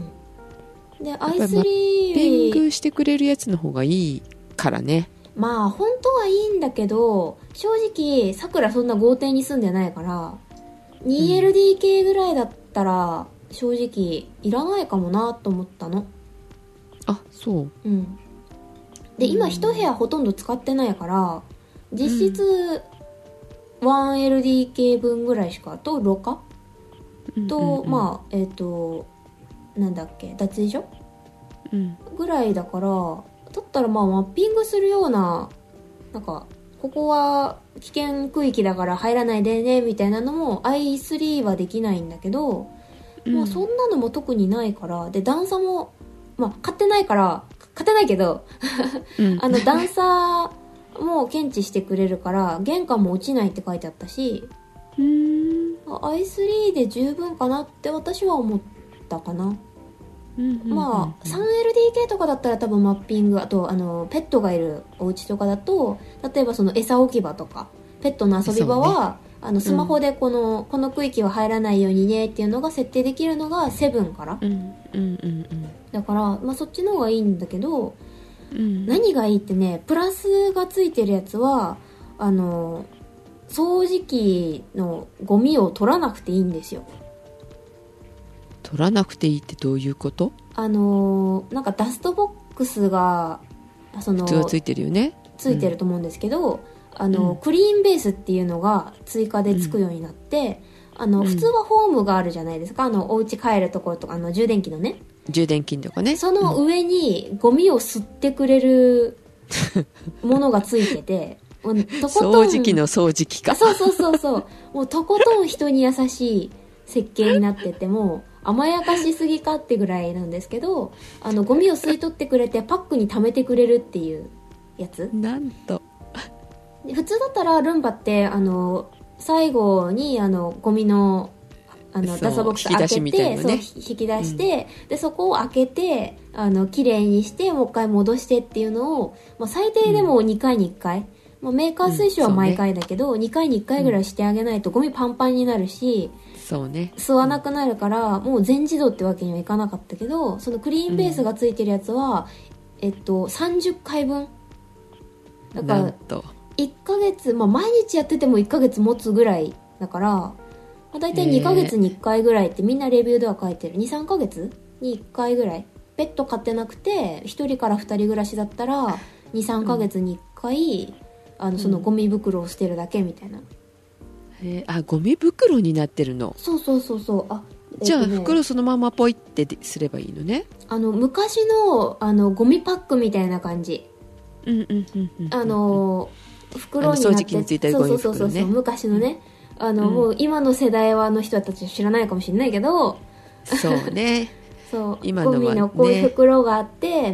で アイスリー マッピングしてくれるやつの方がいいからね。 まあ本当はいいんだけど正直さくらそんな豪邸に住んでないから にエルディーケー ぐらいだったら正直いらないかもなと思ったの。 あそううんで今一部屋ほとんど使ってないから実質 ワンエルディーケー 分ぐらいしかとろ過と、うんうんうん、まあえっ、ー、となんだっけ脱衣所、うん、ぐらいだからだったらまあマッピングするようななんかここは危険区域だから入らないでねみたいなのも アイスリー はできないんだけどうんまあ、そんなのも特にないから、で段差も、まあ、買ってないから買ってないけどうんあの段差も検知してくれるから玄関も落ちないって書いてあったし、 うーんあ アイスリー で十分かなって私は思ったかな。 うんうんうんまあ スリーエルディーケー とかだったら多分マッピング、あとあのペットがいるお家とかだと、例えばその餌置き場とかペットの遊び場は、あのスマホでこの、この区域は入らないようにねっていうのが設定できるのがセブンから、 うんうんうんだから、まあ、そっちの方がいいんだけど、 うんうん何がいいってね、プラスがついてるやつはあの掃除機のゴミを取らなくていいんですよ。 取らなくていいってどういうこと？ あのなんかダストボックスがその普通はついてるよね。 ついてると思うんですけど、あのうんクリーンベースっていうのが追加でつくようになって、あのうん普通はホームがあるじゃないですか、あのお家帰るところとか、あの充電器のね、 充電器とかね。 その上にゴミを吸ってくれるものがついててもうとことん掃除機の掃除機か。 そうそうそうそうもうとことん人に優しい設計になってて、もう甘やかしすぎかってぐらいなんですけど、あのゴミを吸い取ってくれてパックに溜めてくれるっていうやつなんと。 で、普通だったらルンバってあの最後にあのゴミのあのそうダストボックス開引き出しけて、 みたいなねそう引き出して、うん、でそこを開けてあのきれいにしてもう一回戻してっていうのを、まあ、最低でもにかいにいっかい、うんまあ、メーカー推奨は毎回だけど、うんね、にかいにいっかいぐらいしてあげないとゴミパンパンになるし、 そうね、 吸わなくなるから、もう全自動ってわけにはいかなかったけど、そのクリーンベースがついてるやつは、うん、えっとさんじゅっかいぶんだからなんといっかげつ、まあ、毎日やっててもいっかげつ持つぐらいだから、まあ、大体にかげつにいっかいぐらいってみんなレビューでは書いてる。 にさんかげつにいっかいぐらい。ペット飼ってなくてひとりからふたり暮らしだったらにさんかげつにいっかい、うん、あのそのゴミ袋を捨てるだけみたいな、 うん、えー、あゴミ袋になってるの。 そうそうそうそうあ、えーとね、 じゃあ袋そのままポイってすればいいのね。 あの昔のあのゴミパックみたいな感じ。 うんうんうんうん、 あの袋になって、 掃除機についてるゴミ袋ね。 そうそうそうそう昔のね、あの、 うん、 もう今の世代はあの人たち知らないかもしれないけど、 そうねそう今のはね、 ゴミのこういう袋があって、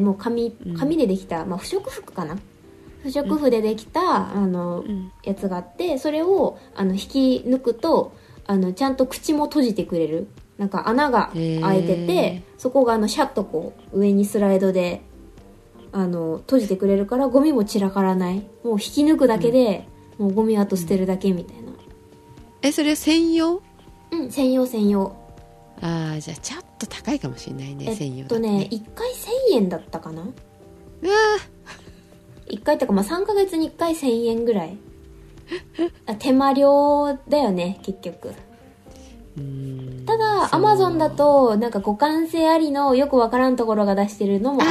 もう紙紙でできた、まあ、不織布かな、不織布でできた、うん、あの、うん、やつがあって、それをあの引き抜くとあのちゃんと口も閉じてくれる、なんか穴が開いてて、そこがあのシャッとこう上にスライドであの閉じてくれるから、ゴミも散らからない。もう引き抜くだけで、うん、もうゴミあと捨てるだけみたいな。 えそれは専用？ うん専用専用。 ああじゃあちょっと高いかもしれないね、 え専用だとね。えっとねいっかいせんえんだったかな。うわいっかいとか、まあ、さんかげつにいっかいせんえんぐらいあ手間料だよね結局。 うーんただアマゾンだとなんか互換性ありのよくわからんところが出してるのもあった。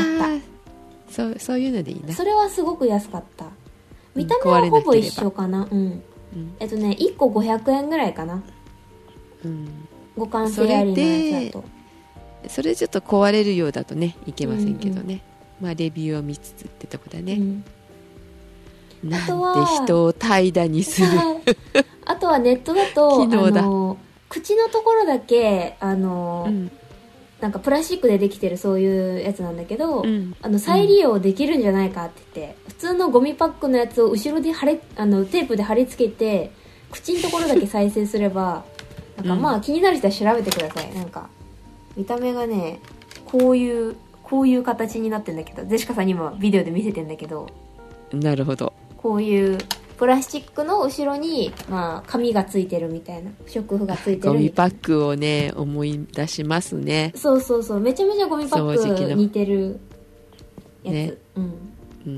そう、そういうのでいいな。 それはすごく安かった。見た目はほぼ一緒かな。うん、うん、えっとねいっこごひゃくえんぐらいかな、うん、互換性ありのやつだと。 それちょっと壊れるようだとねいけませんけどね、うんうん、まあレビューを見つつってとこだね、うん、なんて人を怠惰にするあとはネットだと機能だ、 あの口のところだけあの、うんなんかプラスチックでできてるそういうやつなんだけど、うん、あの再利用できるんじゃないかって言って、うん、普通のゴミパックのやつを後ろで貼れあのテープで貼り付けて口のところだけ再生すればなんかまあ気になる人は調べてください。なんか見た目がねこういうこういう形になってんだけど、ジェシカさんにもビデオで見せてんだけど、 なるほど、 こういうプラスチックの後ろに、まあ、紙がついてるみたいな、不織布がついてるみたいな。 ゴミパックをね思い出しますね。 そうそうそう、めちゃめちゃゴミパック似てるやつ、ね、うん、うん、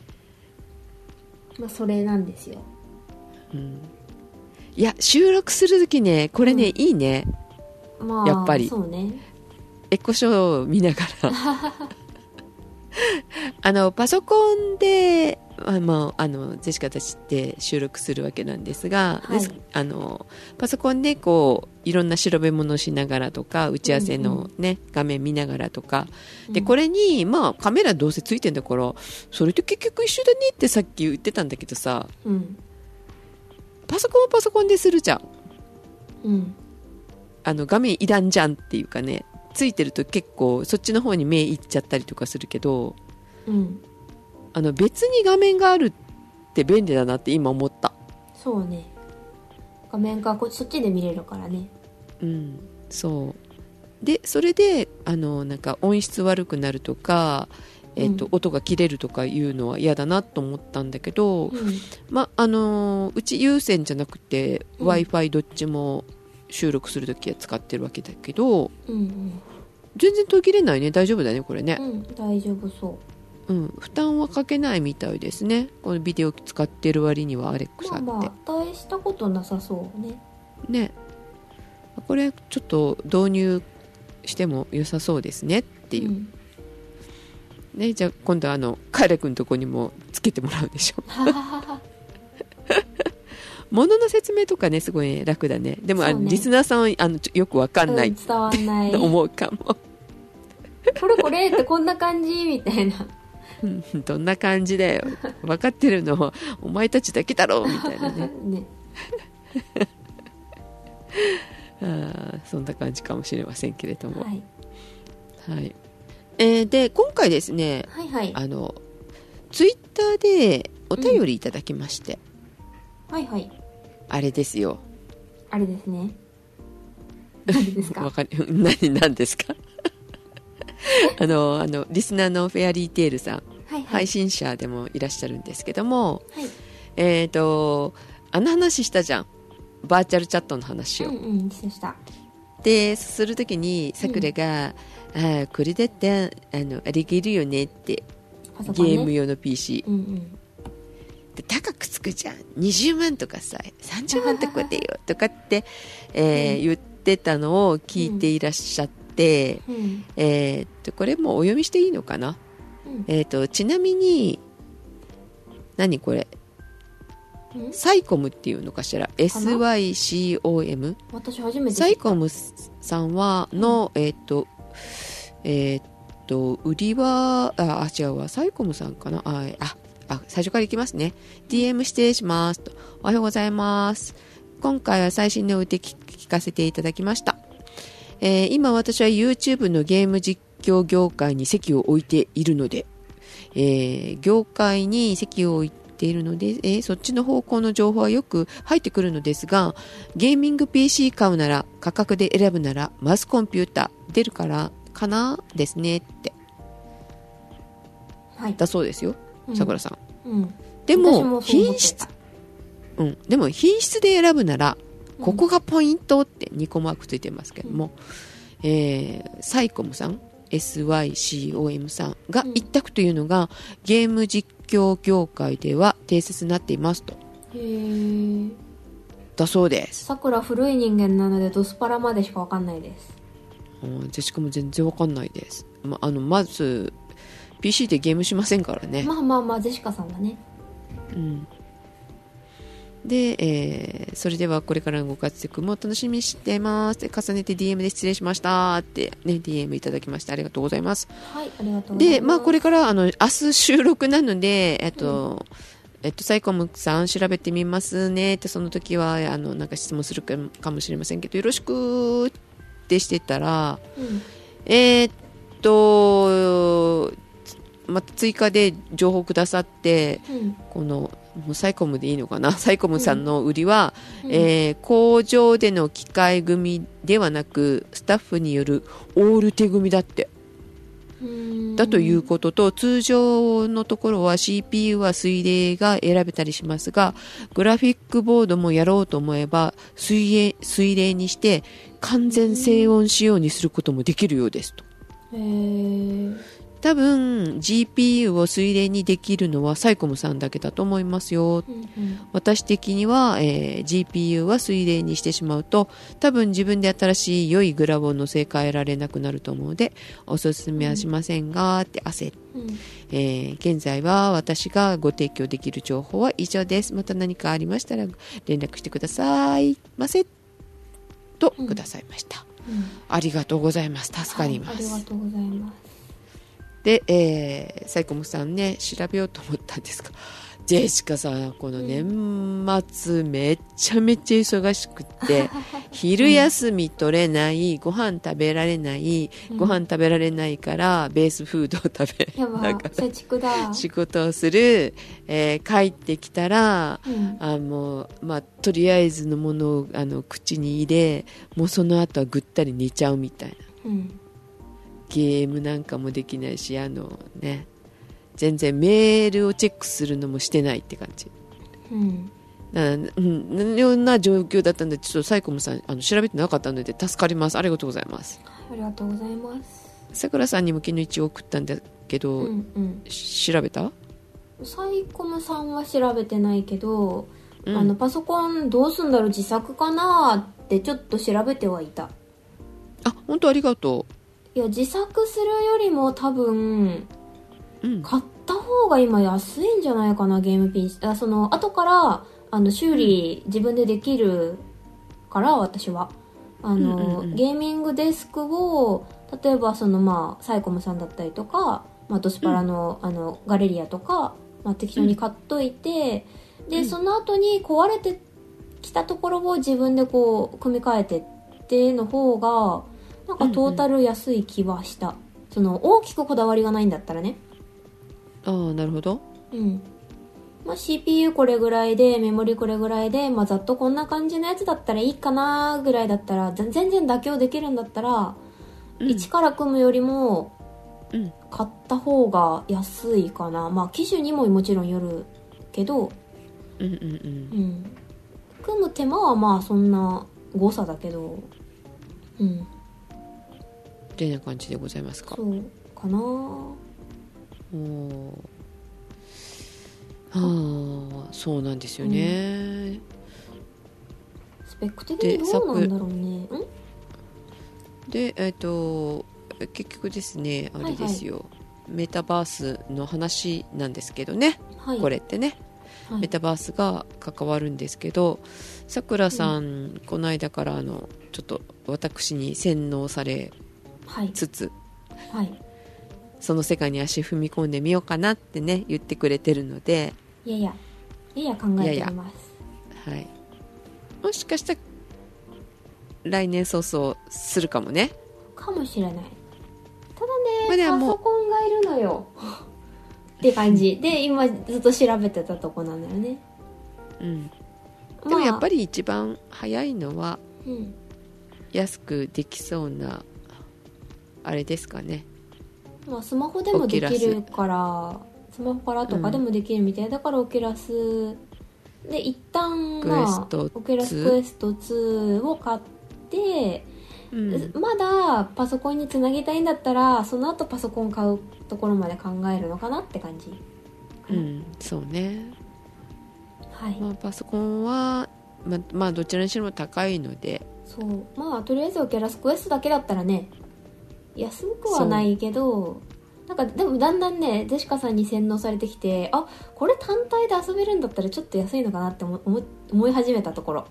まあそれなんですよ、うん、 いや収録するときねこれね、うん、いいね、まあ、やっぱりそうね、 エコショーを見ながらあのパソコンであのあのジェシカたちって収録するわけなんですが、はい、ですあのパソコンでこういろんな調べ物をしながらとか打ち合わせの、ねうんうん、画面見ながらとかで、これに、まあ、カメラどうせついてんだからそれと結局一緒だねってさっき言ってたんだけどさ、うん、パソコンはパソコンでするじゃん、うん、 あの画面いらんじゃんっていうかね、ついてると結構そっちの方に目いっちゃったりとかするけど、 うん、 あの別に画面があるって便利だなって今思った。 そうね、画面がこそっちで見れるからね。 うん、そうで、それであのなんか音質悪くなるとか、えーとうん、音が切れるとかいうのは嫌だなと思ったんだけど、うん、まあのうち有線じゃなくて、うん、Wi-Fi どっちも収録するときは使ってるわけだけど、うんうん、全然途切れないね。大丈夫だねこれね。 うん、大丈夫そう。 うん、負担はかけないみたいですね。このビデオ使ってる割にはアレクサって、 まあまあ大したことなさそうね。 ね、これちょっと導入しても良さそうですねっていう、うんね、じゃあ今度あのカイラ君のとこにもつけてもらうでしょ物の説明とかねすごい、ね、楽だね。でも、ね、あのリスナーさんはあのよくわかんない、うん、 伝わんないと思うかもこれこれってこんな感じみたいなどんな感じだよ分かってるのお前たちだけだろみたいなねねあ、そんな感じかもしれませんけれども、はい、はい、えー、で今回ですね、はいはい、あのツイッターでお便りいただきまして、 うん、はいはい、 あれですよ、 あれですね、何ですかわかり何何ですかあのあのリスナーのフェアリーテールさん、はいはい、配信者でもいらっしゃるんですけども、はい、えーとあの話したじゃん、バーチャルチャットの話を、 うんうん、したでするときにさくらが、うん、あこれだってあのあれがいるよねって、ね、ゲーム用の ピーシー、うんうん、で高くつくじゃん、にじゅうまんとかささんじゅうまんとかでよとかって、えーうん、言ってたのを聞いていらっしゃって、うん、えー、っとこれもお読みしていいのかな、うん、えー、っとちなみに何これサイコムっていうのかしら、 エスワイシーオーエム、 私初めて知った。 サイコムさんはの、うん、えー、っとえー、っと売りはああ違うわ、サイコムさんかな、あああ最初からいきますね。 ディーエム 失礼しますと、おはようございます、今回は最新の歌聞かせていただきました、えー、今私は YouTube のゲーム実況業界に席を置いているので、えー、業界に席を置いてているので、えー、そっちの方向の情報はよく入ってくるのですが、ゲーミング ピーシー 買うなら価格で選ぶならマウスコンピューター出るからかなですねって、はい、だそうですよ、さくらさん、うん、でも品質、うん、でも品質で選ぶならここがポイントってにこマークついてますけども、うん、えー、サイコムさん エスワイシーオーエム さんが一択というのが、うん、ゲーム実況業界では定説になっていますと。へー、だそうです。 さくら古い人間なのでドスパラまでしか分かんないです。 うん、ジェシカも全然分かんないです。 ま, あのまず ピーシー でゲームしませんからね。 まあまあまあジェシカさんはね、 うん、で、えー、それではこれからのご活躍も楽しみにしてます。重ねて ディーエム で失礼しましたって、ね、ディーエム いただきましてありがとうございます。 はい、ありがとうございます。 で、まあ、これからあの明日収録なので、えっと、うんえっと、サイコムさん調べてみますねって、その時はあのなんか質問するかもしれませんけどよろしくってしてたら、うん、えー、っとまた追加で情報くださって、うん、このもうサイコムでいいのかな、サイコムさんの売りは、うんえー、工場での機械組みではなくスタッフによるオール手組みだってだということと、通常のところは シーピーユー は水冷が選べたりしますが、グラフィックボードもやろうと思えば水冷、水冷にして完全静音仕様にすることもできるようですと。へー、多分 ジーピーユー を水冷にできるのはサイコムさんだけだと思いますよ、うんうん、私的には、えー、ジーピーユー は水冷にしてしまうと多分自分で新しい良いグラボを乗せ替えられなくなると思うのでおすすめはしませんが、うん、って焦って、うんえー、現在は私がご提供できる情報は以上です。また何かありましたら連絡してくださいませとくださいました、うんうん、ありがとうございます。助かります、 はい、ありがとうございます。 で、えー、サイコムさんね調べようと思ったんですがジェシカさこの年末めっちゃめっちゃ忙しくって昼休み取れないご飯食べられない、うん、ご飯食べられないからベースフードを食べやばなが社畜だら仕事をする、えー、帰ってきたら、 うん、 あもうまあ、とりあえずのものをあの口に入れもうその後はぐったり寝ちゃうみたいな、 うん、 ゲームなんかもできないしあのね全然メールをチェックするのもしてないって感じ、 うん、 な、うん、ような状況だったんでちょっとサイコムさんあの調べてなかったので助かります。ありがとうございます。 ありがとうございます。 さくらさんにも昨日一応送ったんだけど、 うんうん、 調べた？ サイコムさんは調べてないけど、うん、あのパソコンどうすんだろう自作かなってちょっと調べてはいた。 あ、本当ありがとう。いや自作するよりも多分うん、 買った方が今安いんじゃないかなゲームピンあその後からあの修理自分でできるから私はあの、うんうんうん、ゲーミングデスクを例えばそのまあサイコムさんだったりとか、まあ、ドスパラの、うん、あのガレリアとか、まあ、適当に買っといて、うん、でその後に壊れてきたところを自分でこう組み替えてっての方がなんかトータル安い気はした、うんうん、その大きくこだわりがないんだったらね。 ああなるほど、 うんまあ、シーピーユー これぐらいでメモリこれぐらいで、まあ、ざっとこんな感じのやつだったらいいかなぐらいだったら全然妥協できるんだったら、うん、一から組むよりも買った方が安いかな、まあ機種にももちろんよるけど、 うんうんうんうん、 組む手間はまあそんな誤差だけどうんってな感じでございますか。 そうかな。 おああそうなんですよね、 うん、スペック的にどうなんだろうね。んでえっ、ー、と結局ですねあれですよ、はいはい、メタバースの話なんですけどね、はい、これってね、はい、メタバースが関わるんですけどさくらさん、うん、この間からあのちょっと私に洗脳されつつ、 はいはいその世界に足踏み込んでみようかなってね言ってくれてるのでいやいやいやいや考えてみます。 いやいや、はい、もしかしたら来年早々するかもねかもしれない。ただねパソコンがいるのよって感じで今ずっと調べてたとこなんだよね。 うん、でもやっぱり一番早いのは、うん、安くできそうなあれですかね。 まあ、スマホでもできるからスマホからとかでもできるみたい、うん、だからオキュラスで一旦まあオキュラスクエストツーを買って、うん、まだパソコンにつなぎたいんだったらその後パソコン買うところまで考えるのかなって感じ。 うん、そうね、 はいまあ、パソコンは、ま、まあどちらにしろ高いのでそうまあとりあえずオキュラスクエストだけだったらね安くはないけどなんかでもだんだんねジェシカさんに洗脳されてきてあこれ単体で遊べるんだったらちょっと安いのかなって思思い始めたところ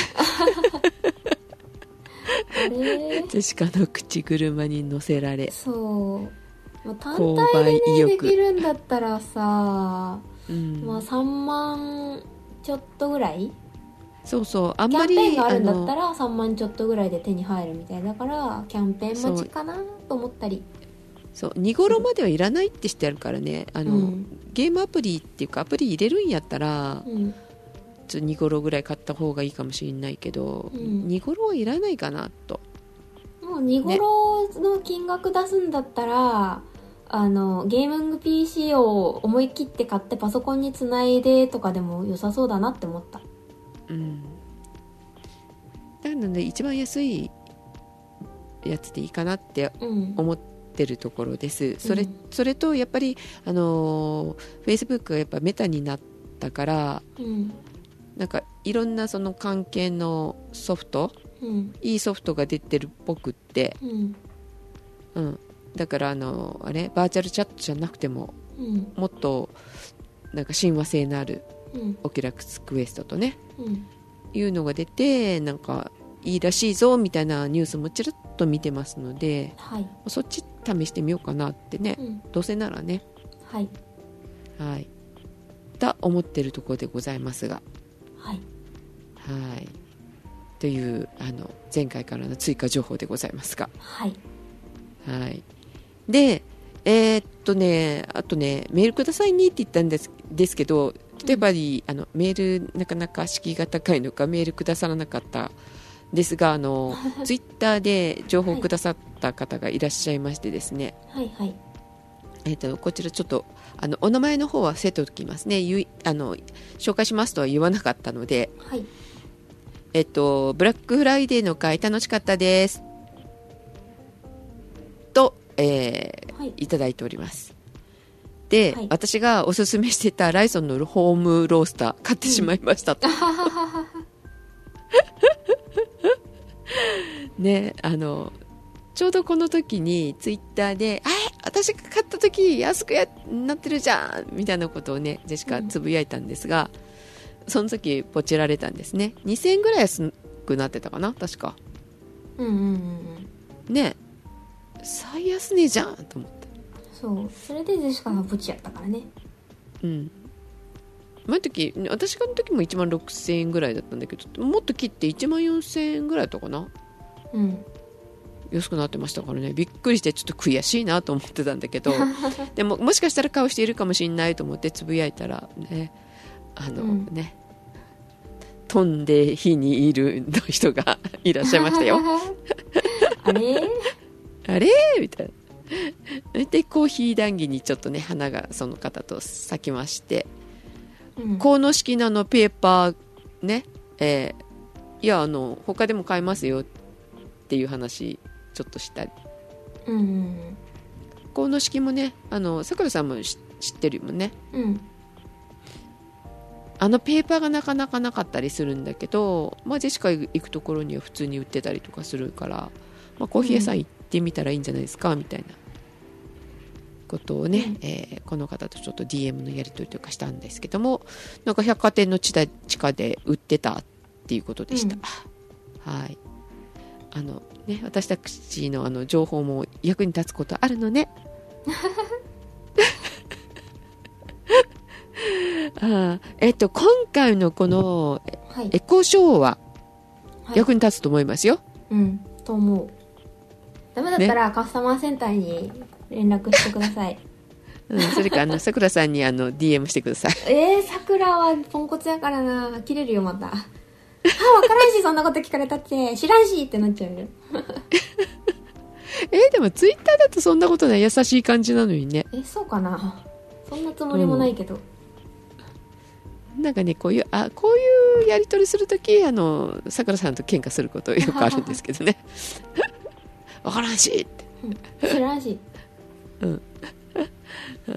あれジェシカの口車に乗せられそうもう単体でねできるんだったらさ、うん、まあさんまんちょっとぐらいそうそうあんまりキャンペーンがあるんだったらさんまんちょっとぐらいで手に入るみたいだからキャンペーン待ちかなと思ったりそうに頃まではいらないってしてあるからねあの、うん、ゲームアプリっていうかアプリ入れるんやったら、うん、ちょっとに頃ぐらい買った方がいいかもしれないけど、うん、に頃はいらないかなともうに頃の金額出すんだったら、ね、あのゲーミング ピーシー を思い切って買ってパソコンにつないでとかでも良さそうだなって思ったうん、なので一番安いやつでいいかなって思ってるところです、うん、それ、それとやっぱりあの Facebook がやっぱメタになったから、うん、なんかいろんなその関係のソフト、うん、いいソフトが出てるっぽくって、うんうん、だからあのあれバーチャルチャットじゃなくても、うん、もっとなんか親和性のあるオキュラスクエストとね、うん、いうのが出てなんかいいらしいぞみたいなニュースもちらっと見てますので、はい、そっち試してみようかなってね、うん、どうせならねはい、 はい、 と思っているところでございますが、 はい、 はいというあの前回からの追加情報でございますが、 はい、 はい、でえー、っとねあとねメールくださいにって言ったんですですけど、例えば、うん、あのメールなかなか敷居が高いのかメールくださらなかったですが、あのツイッターで情報をくださった方がいらっしゃいましてですね、 はいはい、 えー、とこちらちょっとあのお名前の方は伏せておきますね。ゆあの紹介しますとは言わなかったので、 はい、 えっと、ブラックフライデーの会楽しかったですと、えーはい、いただいております。で、はい、私がおすすめしてたライソンのホームロースター買ってしまいましたと、うん、ね、あのちょうどこの時にツイッターであ私が買った時安くやなってるじゃんみたいなことをねジェシカつぶやいたんですが、うん、その時ポチられたんですね。にせんえんぐらい安くなってたかな確か、 うんうんうんうん、 ね最安値じゃんと思って、 そうそれでジェシカがポチやったからね。 うん前の時私がの時もいちまんろくせんえんぐらいだったんだけど、もっと切っていちまんよんせんえんぐらいだったかな、 うん、 安くなってましたからね、びっくりしてちょっと悔しいなと思ってたんだけどでももしかしたら買う人いるかもしれないと思ってつぶやいたらね、あの、うん、ね飛んで火にいるの人がいらっしゃいましたよあれあれみたいなでコーヒー談義にちょっとね花がその方と咲きまして、うん、鴻式のあのペーパーね、えー、いやあの他でも買えますよっていう話ちょっとしたり、 うん、 鴻式もねあのさくらさんも知ってるもんね、 うん、 あのペーパーがなかなかなかったりするんだけど、まあ、ジェシカ行くところには普通に売ってたりとかするから、まあ、コーヒー屋さん行ってみたらいいんじゃないですか、うん、みたいなことをね、うんえー、この方とちょっと ディーエム のやり取りとかしたんですけども、なんか百貨店の地下で売ってたっていうことでした、うん、はいあのね、私たち の, あの情報も役に立つことあるのねあえっと今回のこのエコショーは役に立つと思いますよ、はいはい、うんと思う。ダメだったらカスタマーセンターに連絡してください、ねうん、それかあのさくらさんにあの ディーエム してくださいえー、さくらはポンコツやからな、切れるよまたあ、分からんしそんなこと聞かれたって知らんしってなっちゃうよえー、でもツイッターだとそんなことない優しい感じなのにね。 えそうかな、そんなつもりもないけど、 うん、なんかねこういうあこういうやり取りするときあのさくらさんと喧嘩することよくあるんですけどね分からんしって、 うん、知らんしうん、うん、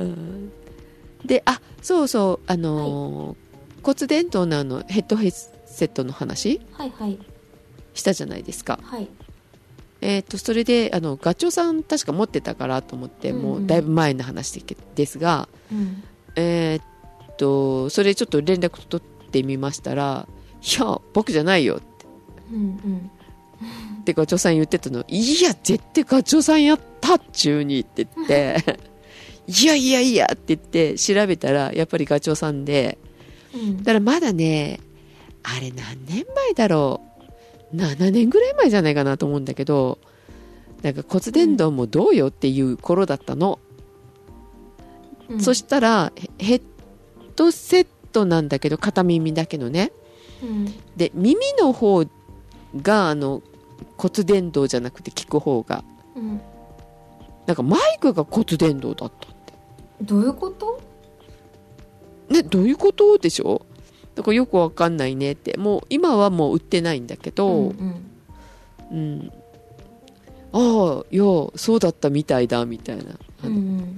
であそうそうあのーはい、骨伝導のあのヘッドヘッセットの話、 はいはい、 したじゃないですか、 はいえー、とそれであのガチョウさん確か持ってたからと思って、うんうん、もうだいぶ前の話ですが、うんえー、とそれちょっと連絡取ってみましたらいや僕じゃないよって、 うんうんでガチョウさん言ってたの、いや絶対ガチョウさんやったっちゅうにって言っていやいやいやって言って調べたらやっぱりガチョウさんで、うん、だからまだねあれ何年前だろうななねんぐらい前じゃないかなと思うんだけど、なんか骨伝導もどうよっていう頃だったの、うん、そしたらヘッドセットなんだけど片耳だけのね、うん、で耳の方があの骨伝導じゃなくて聞く方が、うん、なんかマイクが骨伝導だったって。 どういうことね、どういうことでしょ。だからよくわかんないねって。もう今はもう売ってないんだけど、うんうんうん、ああいやそうだったみたいだみたいな、うん、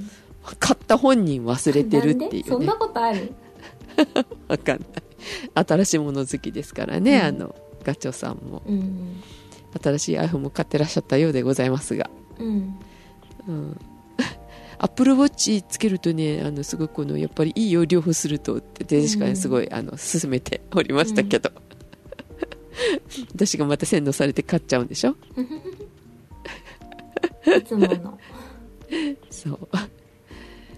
買った本人忘れてるっていう、ね、 そんなことあるわかんない。新しいもの好きですからね、うん、あのガチョウさんも、うん、新しい iPhone も買ってらっしゃったようでございますが、うんうん、アップルウォッチつけるとねあのすごくこのやっぱりいいよ両方するとってデジシカにすごい、うん、あの勧めておりましたけど、うん、私がまた洗脳されて買っちゃうんでしょいつものそう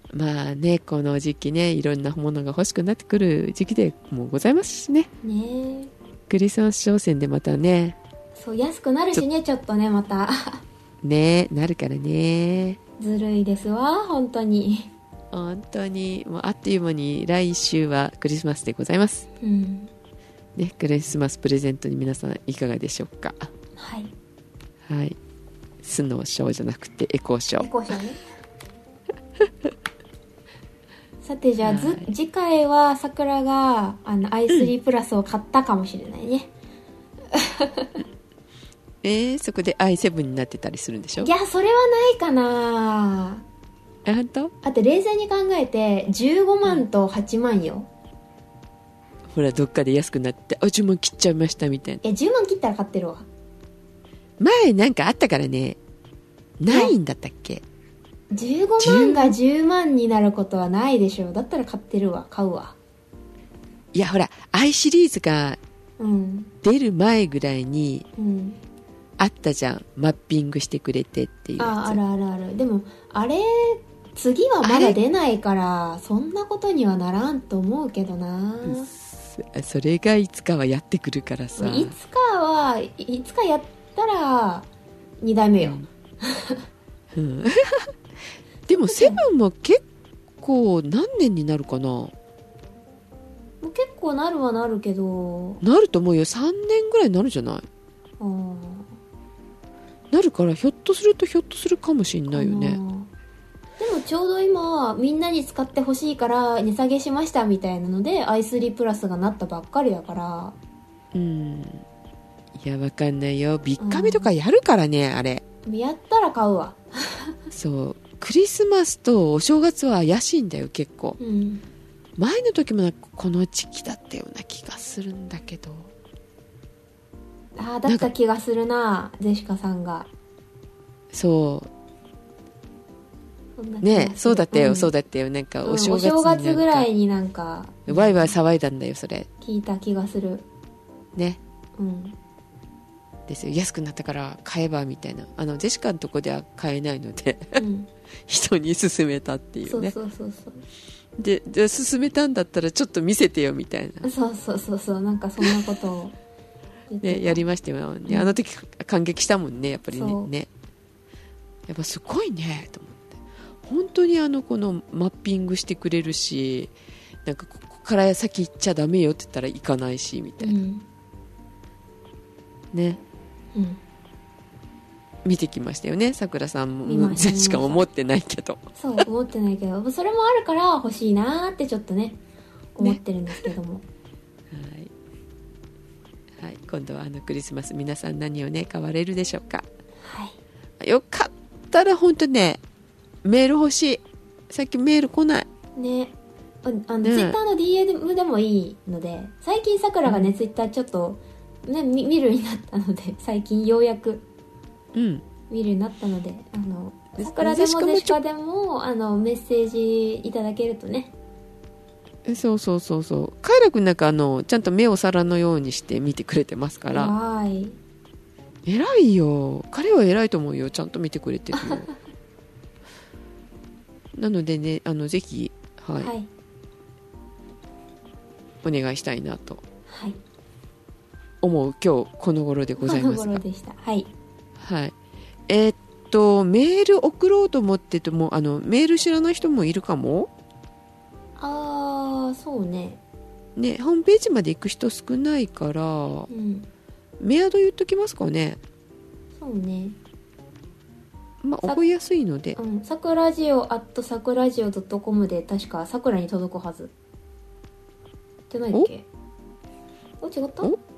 まあね、この時期ね、いろんなものが欲しくなってくる時期でもございますしね。 ねクリスマス商戦でまたね、 そう安くなるしね、ちょっとねまたね、なるからね。 ずるいですわ本当に。 本当にもうあっという間に来週はクリスマスでございます、 うんね、クリスマスプレゼントに皆さんいかがでしょうか。 はいはい、スノーショーじゃなくてエコーショー。 エコーショーねさてじゃあず次回はさくらがあの アイスリー プラスを買ったかもしれないね、 えー、そこで アイセブン になってたりするんでしょ。 いやそれはないかな。 あ、本当？ あと冷静に考えてじゅうごまんとはちまんよ。 ほらどっかで安くなってあじゅうまん切っちゃいましたみたいな。 いやじゅうまん切ったら買ってるわ。 前なんかあったからね。ないんだったっけ。 じゅうごまんがじゅうまんになることはないでしょ。だったら買ってるわ、買うわ。 いやほら I シリーズがうん出る前ぐらいにうんあったじゃん、マッピングしてくれてっていうやつ。 ああるあるある。でもあれ次はまだ出ないからそんなことにはならんと思うけどな。 それがいつかはやってくるからさ。 いつかはいつかやったらにだいめよ、 うん、でもセブンも結構何年になるかな。 もう結構なるはなるけどなると思うよ。さんねんぐらいになるじゃない。 あーなるからひょっとするとひょっとするかもしんないよね。 でもちょうど今みんなに使ってほしいから値下げしましたみたいなので アイスリー プラスがなったばっかりだから。 うん、いやわかんないよ。ビッカメとかやるからね、あれ。 やったら買うわそうクリスマスとお正月は怪しいんだよ結構、 うん、 前の時もなんかこの時期だったような気がするんだけど。 ああだった気がするなジェシカさんが。 そうそんな気がするね、そうだったよ、 うん、 そうだったよ。なんかお正月にうん、お正なんか月ぐらいになんかワイワイ騒いだんだよそれ聞いた気がするね。 うんですよ。安くなったから買えばみたいな。あのジェシカのとこでは買えないので、 うん、 人に勧めたっていうね。 そうそうそうそうでで勧めたんだったらちょっと見せてよみたいな、 そうそうそうそうなんかそんなことを言ってたね、やりましたよね、うん、あの時感激したもんねやっぱり ね, ねやっぱすごいねと思って。本当にあのこのマッピングしてくれるし、なんかここから先行っちゃダメよって言ったら行かないしみたいな、うん、ね、 うん、 見てきましたよね。さくらさんもジェシカも持ってないけど。 そう思ってないけどそれもあるから欲しいなーってちょっとね思ってるんですけども、ね、 はい、はい、今度はあのクリスマス皆さん何をね買われるでしょうか。 はい、 よかったら本当ねメール欲しい。さっきメール来ないね。あの、 ね、 ツイッターの ディーエム でもいいので、最近さくらがね、うん、ツイッターちょっとね見見るようになったので、最近ようやく見るようになったので、あのさくらでもジェシカでもあのメッセージいただけるとね。 そうそうそうそう。カイラくんなんかあのちゃんと目を皿のようにして見てくれてますから。 はい。 偉いよ。彼は偉いと思うよ。ちゃんと見てくれてるよ。なのでね、あのぜひ、はい、はい、お願いしたいなと思う今日この頃でございますが。 この頃でした。はい。 はい。えー、っとメール送ろうと思っててもあのメール知らない人もいるかも。 ああ、そうね。 ね、ホームページまで行く人少ないから、うん、メアド言っときますかね。 そうね。 まあ、覚えやすいので、 うん、さくらじお アット さくらじお ドット コム で確かさくらに届くはずじゃないっけ。お違った。 お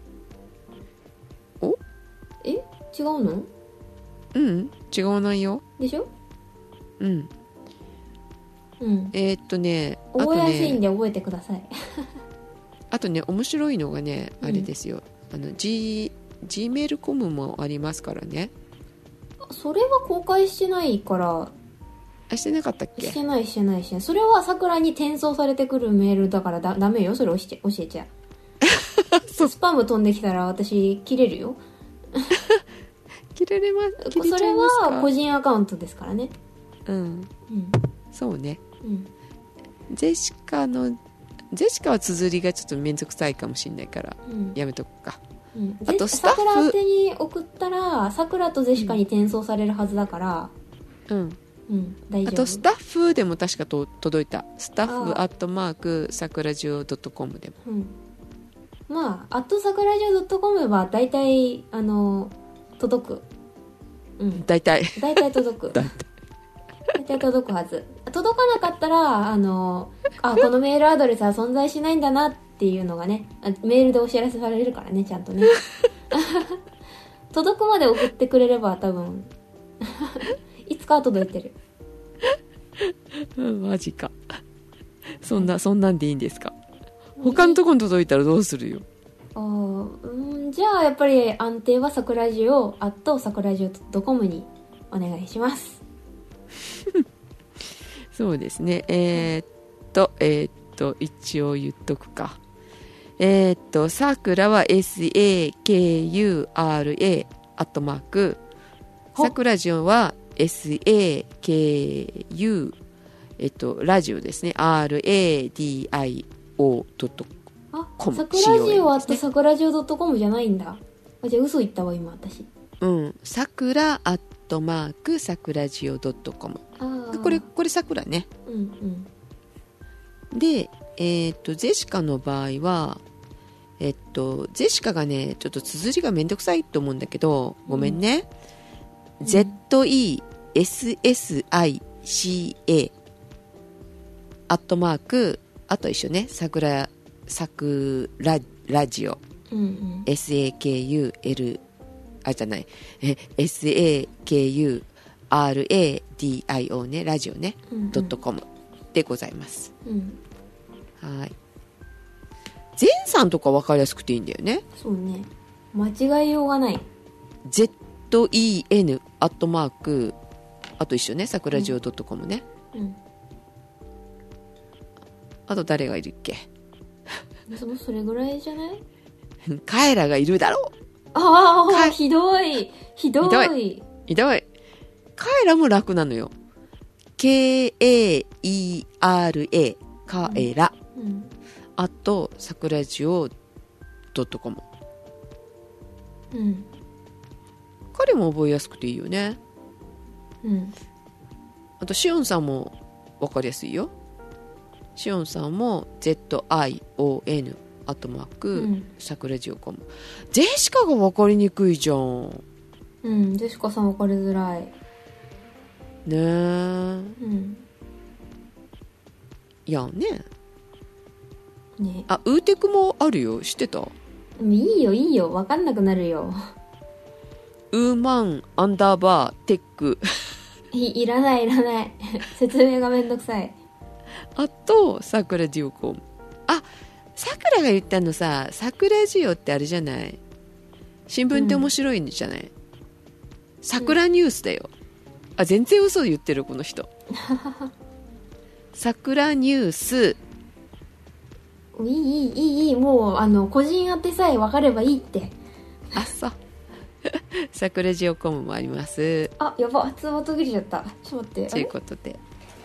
おえ違うの。 うん違わないよ。 でしょ。 うんうん、えー、っとね覚えやすいんで覚えてください。 あとね面白いのがねあれですよ、うん、あの G G メールコムもありますからね。 それは公開してないから。 あしてなかったっけ。 してないしてないしてない。それはさくらに転送されてくるメールだからだダメよ。それ教え教えちゃう。スパム飛んできたら私切れるよ。 切れれます。切れちゃいますか。 それは個人アカウントですからね。 うん、うん、 そうね、 うん、 ジェシカのジェシカは綴りがちょっと面倒くさいかもしれないから、 うん、 やめとくか、 うん、 あとスタッフさくら宛てに送ったらさくらとジェシカに転送されるはずだから、 うんうん、大丈夫。 あとスタッフでも確かと届いた、スタッフアットマークさくらじお .com でも、 うん、まあアットさくらじお .com は大体あの届く、うん、 大体大体届く大体大体届くはず。届かなかったらあのあこのメールアドレスは存在しないんだなっていうのがね、メールでお知らせされるからね、ちゃんとね届くまで送ってくれれば多分いつかは届いてるマジか、そんなそんなんでいいんですか。他のとこに届いたらどうするよ。 あ、うん、じゃあやっぱり安定はさくらじおアットさくらじお .com にお願いしますそうですね、えー、っとえー、っと一応言っとくか。えー、っとさくらは エスエーケーユーアールエー アットマーク、さくらじおは エスエーケーユー えっとラジオですね、 アールエーディーアイオー ドットコム、 さくらじおアットさくらじお .com じゃないんだ。あ、じゃあ嘘言ったわ今私。うんさくらアットマークさくらじお .com、 これこれさくらね、 うんうん、でえー、っとジェシカの場合はえっとジェシカがねちょっと綴りがめんどくさいと思うんだけど、ごめんね、うん、ゼットイーエスエスアイシーエー アットマーク、あと一緒ね、さくらさくらラジオ、 うんうん、 エスエーケーユーエル あじゃないえ エスエーケーユーアールエーディーアイオー ね、ラジオね、うんうん、ドットコムでございます、うん、はい。ゼンさんとか分かりやすくていいんだよね。 そうね、間違いようがない。 ゼットイーエヌ アットマーク、あと一緒ね、さくらじお .com ね、うんうん、あと誰がいるっけそのそれぐらいじゃない？ カエラがいるだろう。 ああ、ひどいひどいひどいひどい。カエラも楽なのよ。 ケーエーイーアールエー カエラ、うんうん、あとさくらじお .com、うん、彼も覚えやすくていいよね、うん、あとシオンさんも分かりやすいよ。シオンさんも ゼットアイオーエヌ アットマークさくらじお .com、 ジェシカが分かりにくいじゃん。 うん、ジェシカさん分かりづらいねえ、うん、いやねね、あ、ウーテクもあるよ、知ってた？ いいよいいよ、分かんなくなるよ。 ウーマンアンダーバーテックい, いらないいらない説明がめんどくさい。 あとさくらじお .com、 あ、さくらが言ったのさ、さくらじおってあれじゃない、新聞って面白いんじゃない、さくらニュースだよ、うん、あ、全然嘘言ってるこの人さくらニュース、 いいいいいいいい、もうあの個人宛てさえ分かればいいって。 あ、そうさくらじお .com もあります。 あ、やば、通話途切れちゃった。ちょっと待って。 ということで、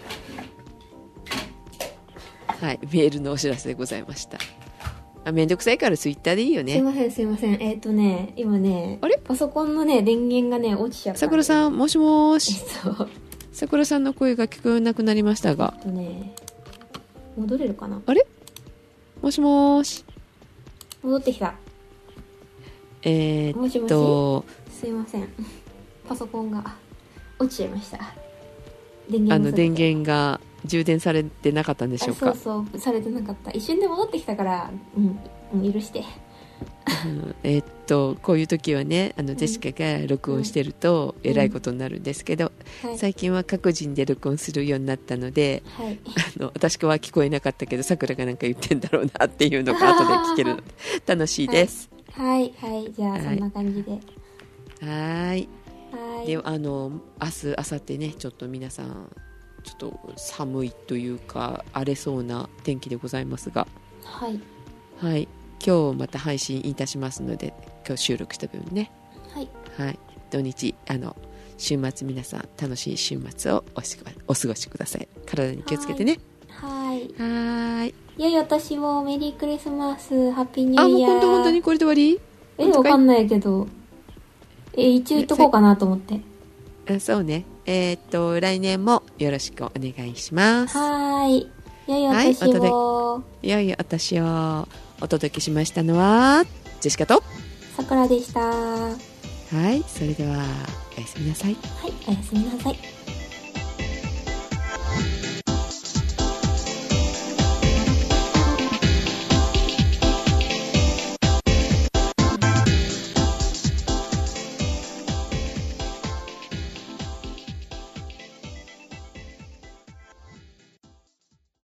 はい、メールのお知らせでございました。あ、めんどくさいからツイッターでいいよね。 すいませんすいません。えっ、ー、とね今ね、あれパソコンのね電源がね落ちちゃった。 さくらさん、もしもーし。 えっとさくらさんの声が聞こえなくなりましたが、 えっとね戻れるかな。 あれ、もしもーし。 戻ってきた。 えー、っともしもし、すいません、パソコンが落ちちゃいました。電源あの電源が充電されてなかったんでしょうか。 そうそう、されてなかった。一瞬で戻ってきたから、うん、許して、 うん、えー、っとこういう時はね、あのジェシカが録音してるとえらいことになるんですけど、うんうん、最近は各人で録音するようになったので、はい、あの私は聞こえなかったけどさくらがなんか言ってんだろうなっていうのが後で聞けるので楽しいです。 はいはい、はい、じゃあそんな感じで、 はい、はい、で、あの明日明後日ね、ちょっと皆さんちょっと寒いというか荒れそうな天気でございますが、 はい、 はい、今日また配信いたしますので、今日収録した分ね、 はい、 はい、土日あの週末皆さん楽しい週末をおしお過ごしください。体に気をつけてね。 はい。 はーい。 いやいや、私もメリークリスマス、ハッピーニューイヤー。 あ、もう本当本当にこれで終わり？ え、わかんないけど。え、一応言っとこうかなと思って。 あ、そうね。えー、っと、来年もよろしくお願いします。 はーい。いやいや、私を。 いやいや、私をお届けしましたのは、ジェシカとさくらでした。 はい、それでは、おやすみなさい。 はい、おやすみなさい。